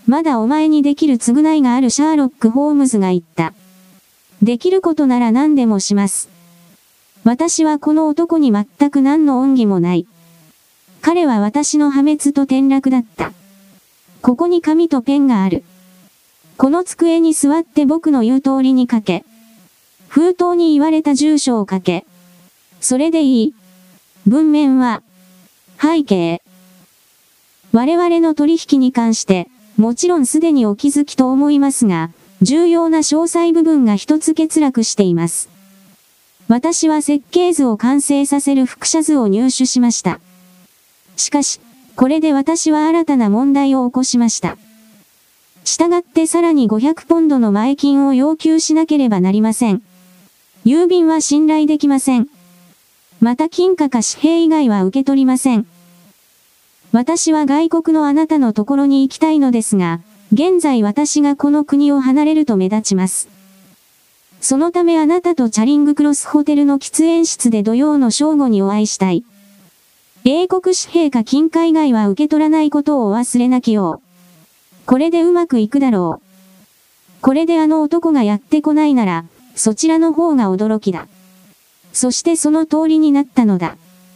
まだお前にできる償いがあるシャーロック・ホームズが言った。できることなら何でもします。私はこの男に全く何の恩義もない。彼は私の破滅と転落だった。ここに紙とペンがある。この机に座って僕の言う通りに書け。封筒に言われた住所を書け。それでいい。文面は、背景。我々の取引に関して、もちろんすでにお気づきと思いますが、重要な詳細部分が一つ欠落しています。私は設計図を完成させる複写図を入手しました。しかし、これで私は新たな問題を起こしました。したがってさらにごひゃくポンドの前金を要求しなければなりません。郵便は信頼できません。また金貨か紙幣以外は受け取りません。私は外国のあなたのところに行きたいのですが、現在私がこの国を離れると目立ちます。そのためあなたとチャリングクロスホテルの喫煙室で土曜の正午にお会いしたい。英国紙幣か金貨以外は受け取らないことをお忘れなきよう。これでうまくいくだろう。これであの男がやってこないなら、そちらの方が驚きだ。そしてその通りになったのだ。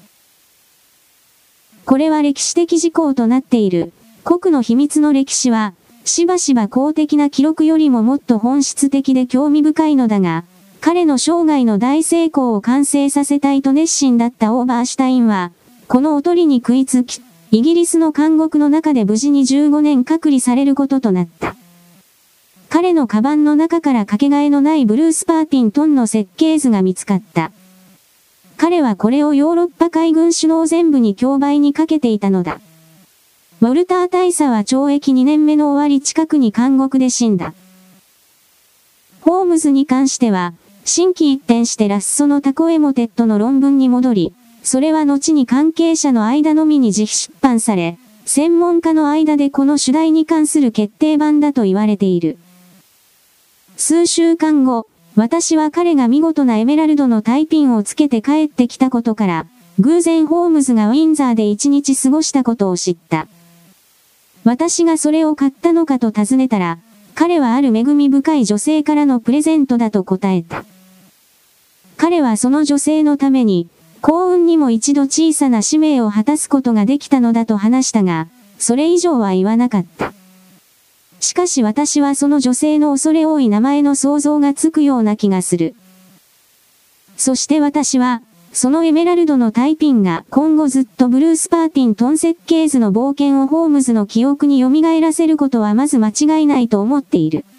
これは歴史的事項となっている。国の秘密の歴史は、しばしば公的な記録よりももっと本質的で興味深いのだが、彼の生涯の大成功を完成させたいと熱心だったオーバーシュタインは、このおとりに食いつき、イギリスの監獄の中で無事にじゅうごねん隔離されることとなった。彼のカバンの中からかけがえのないブルース・パーティントンの設計図が見つかった。彼はこれをヨーロッパ海軍首脳全部に競売にかけていたのだ。ウォルター大佐は懲役にねんめの終わり近くに監獄で死んだ。ホームズに関しては、心機一転してラッソのタコエモテッドの論文に戻り、それは後に関係者の間のみに自費出版され、専門家の間でこの主題に関する決定版だと言われている。数週間後、私は彼が見事なエメラルドのタイピンをつけて帰ってきたことから、偶然ホームズがウィンザーで一日過ごしたことを知った。私がそれを買ったのかと尋ねたら、彼はある恵み深い女性からのプレゼントだと答えた。彼はその女性のために、幸運にも一度小さな使命を果たすことができたのだと話したが、それ以上は言わなかった。しかし私はその女性の恐れ多い名前の想像がつくような気がする。そして私は、そのエメラルドのタイピンが今後ずっとブルース・パーティントン設計図の冒険をホームズの記憶に蘇らせることはまず間違いないと思っている。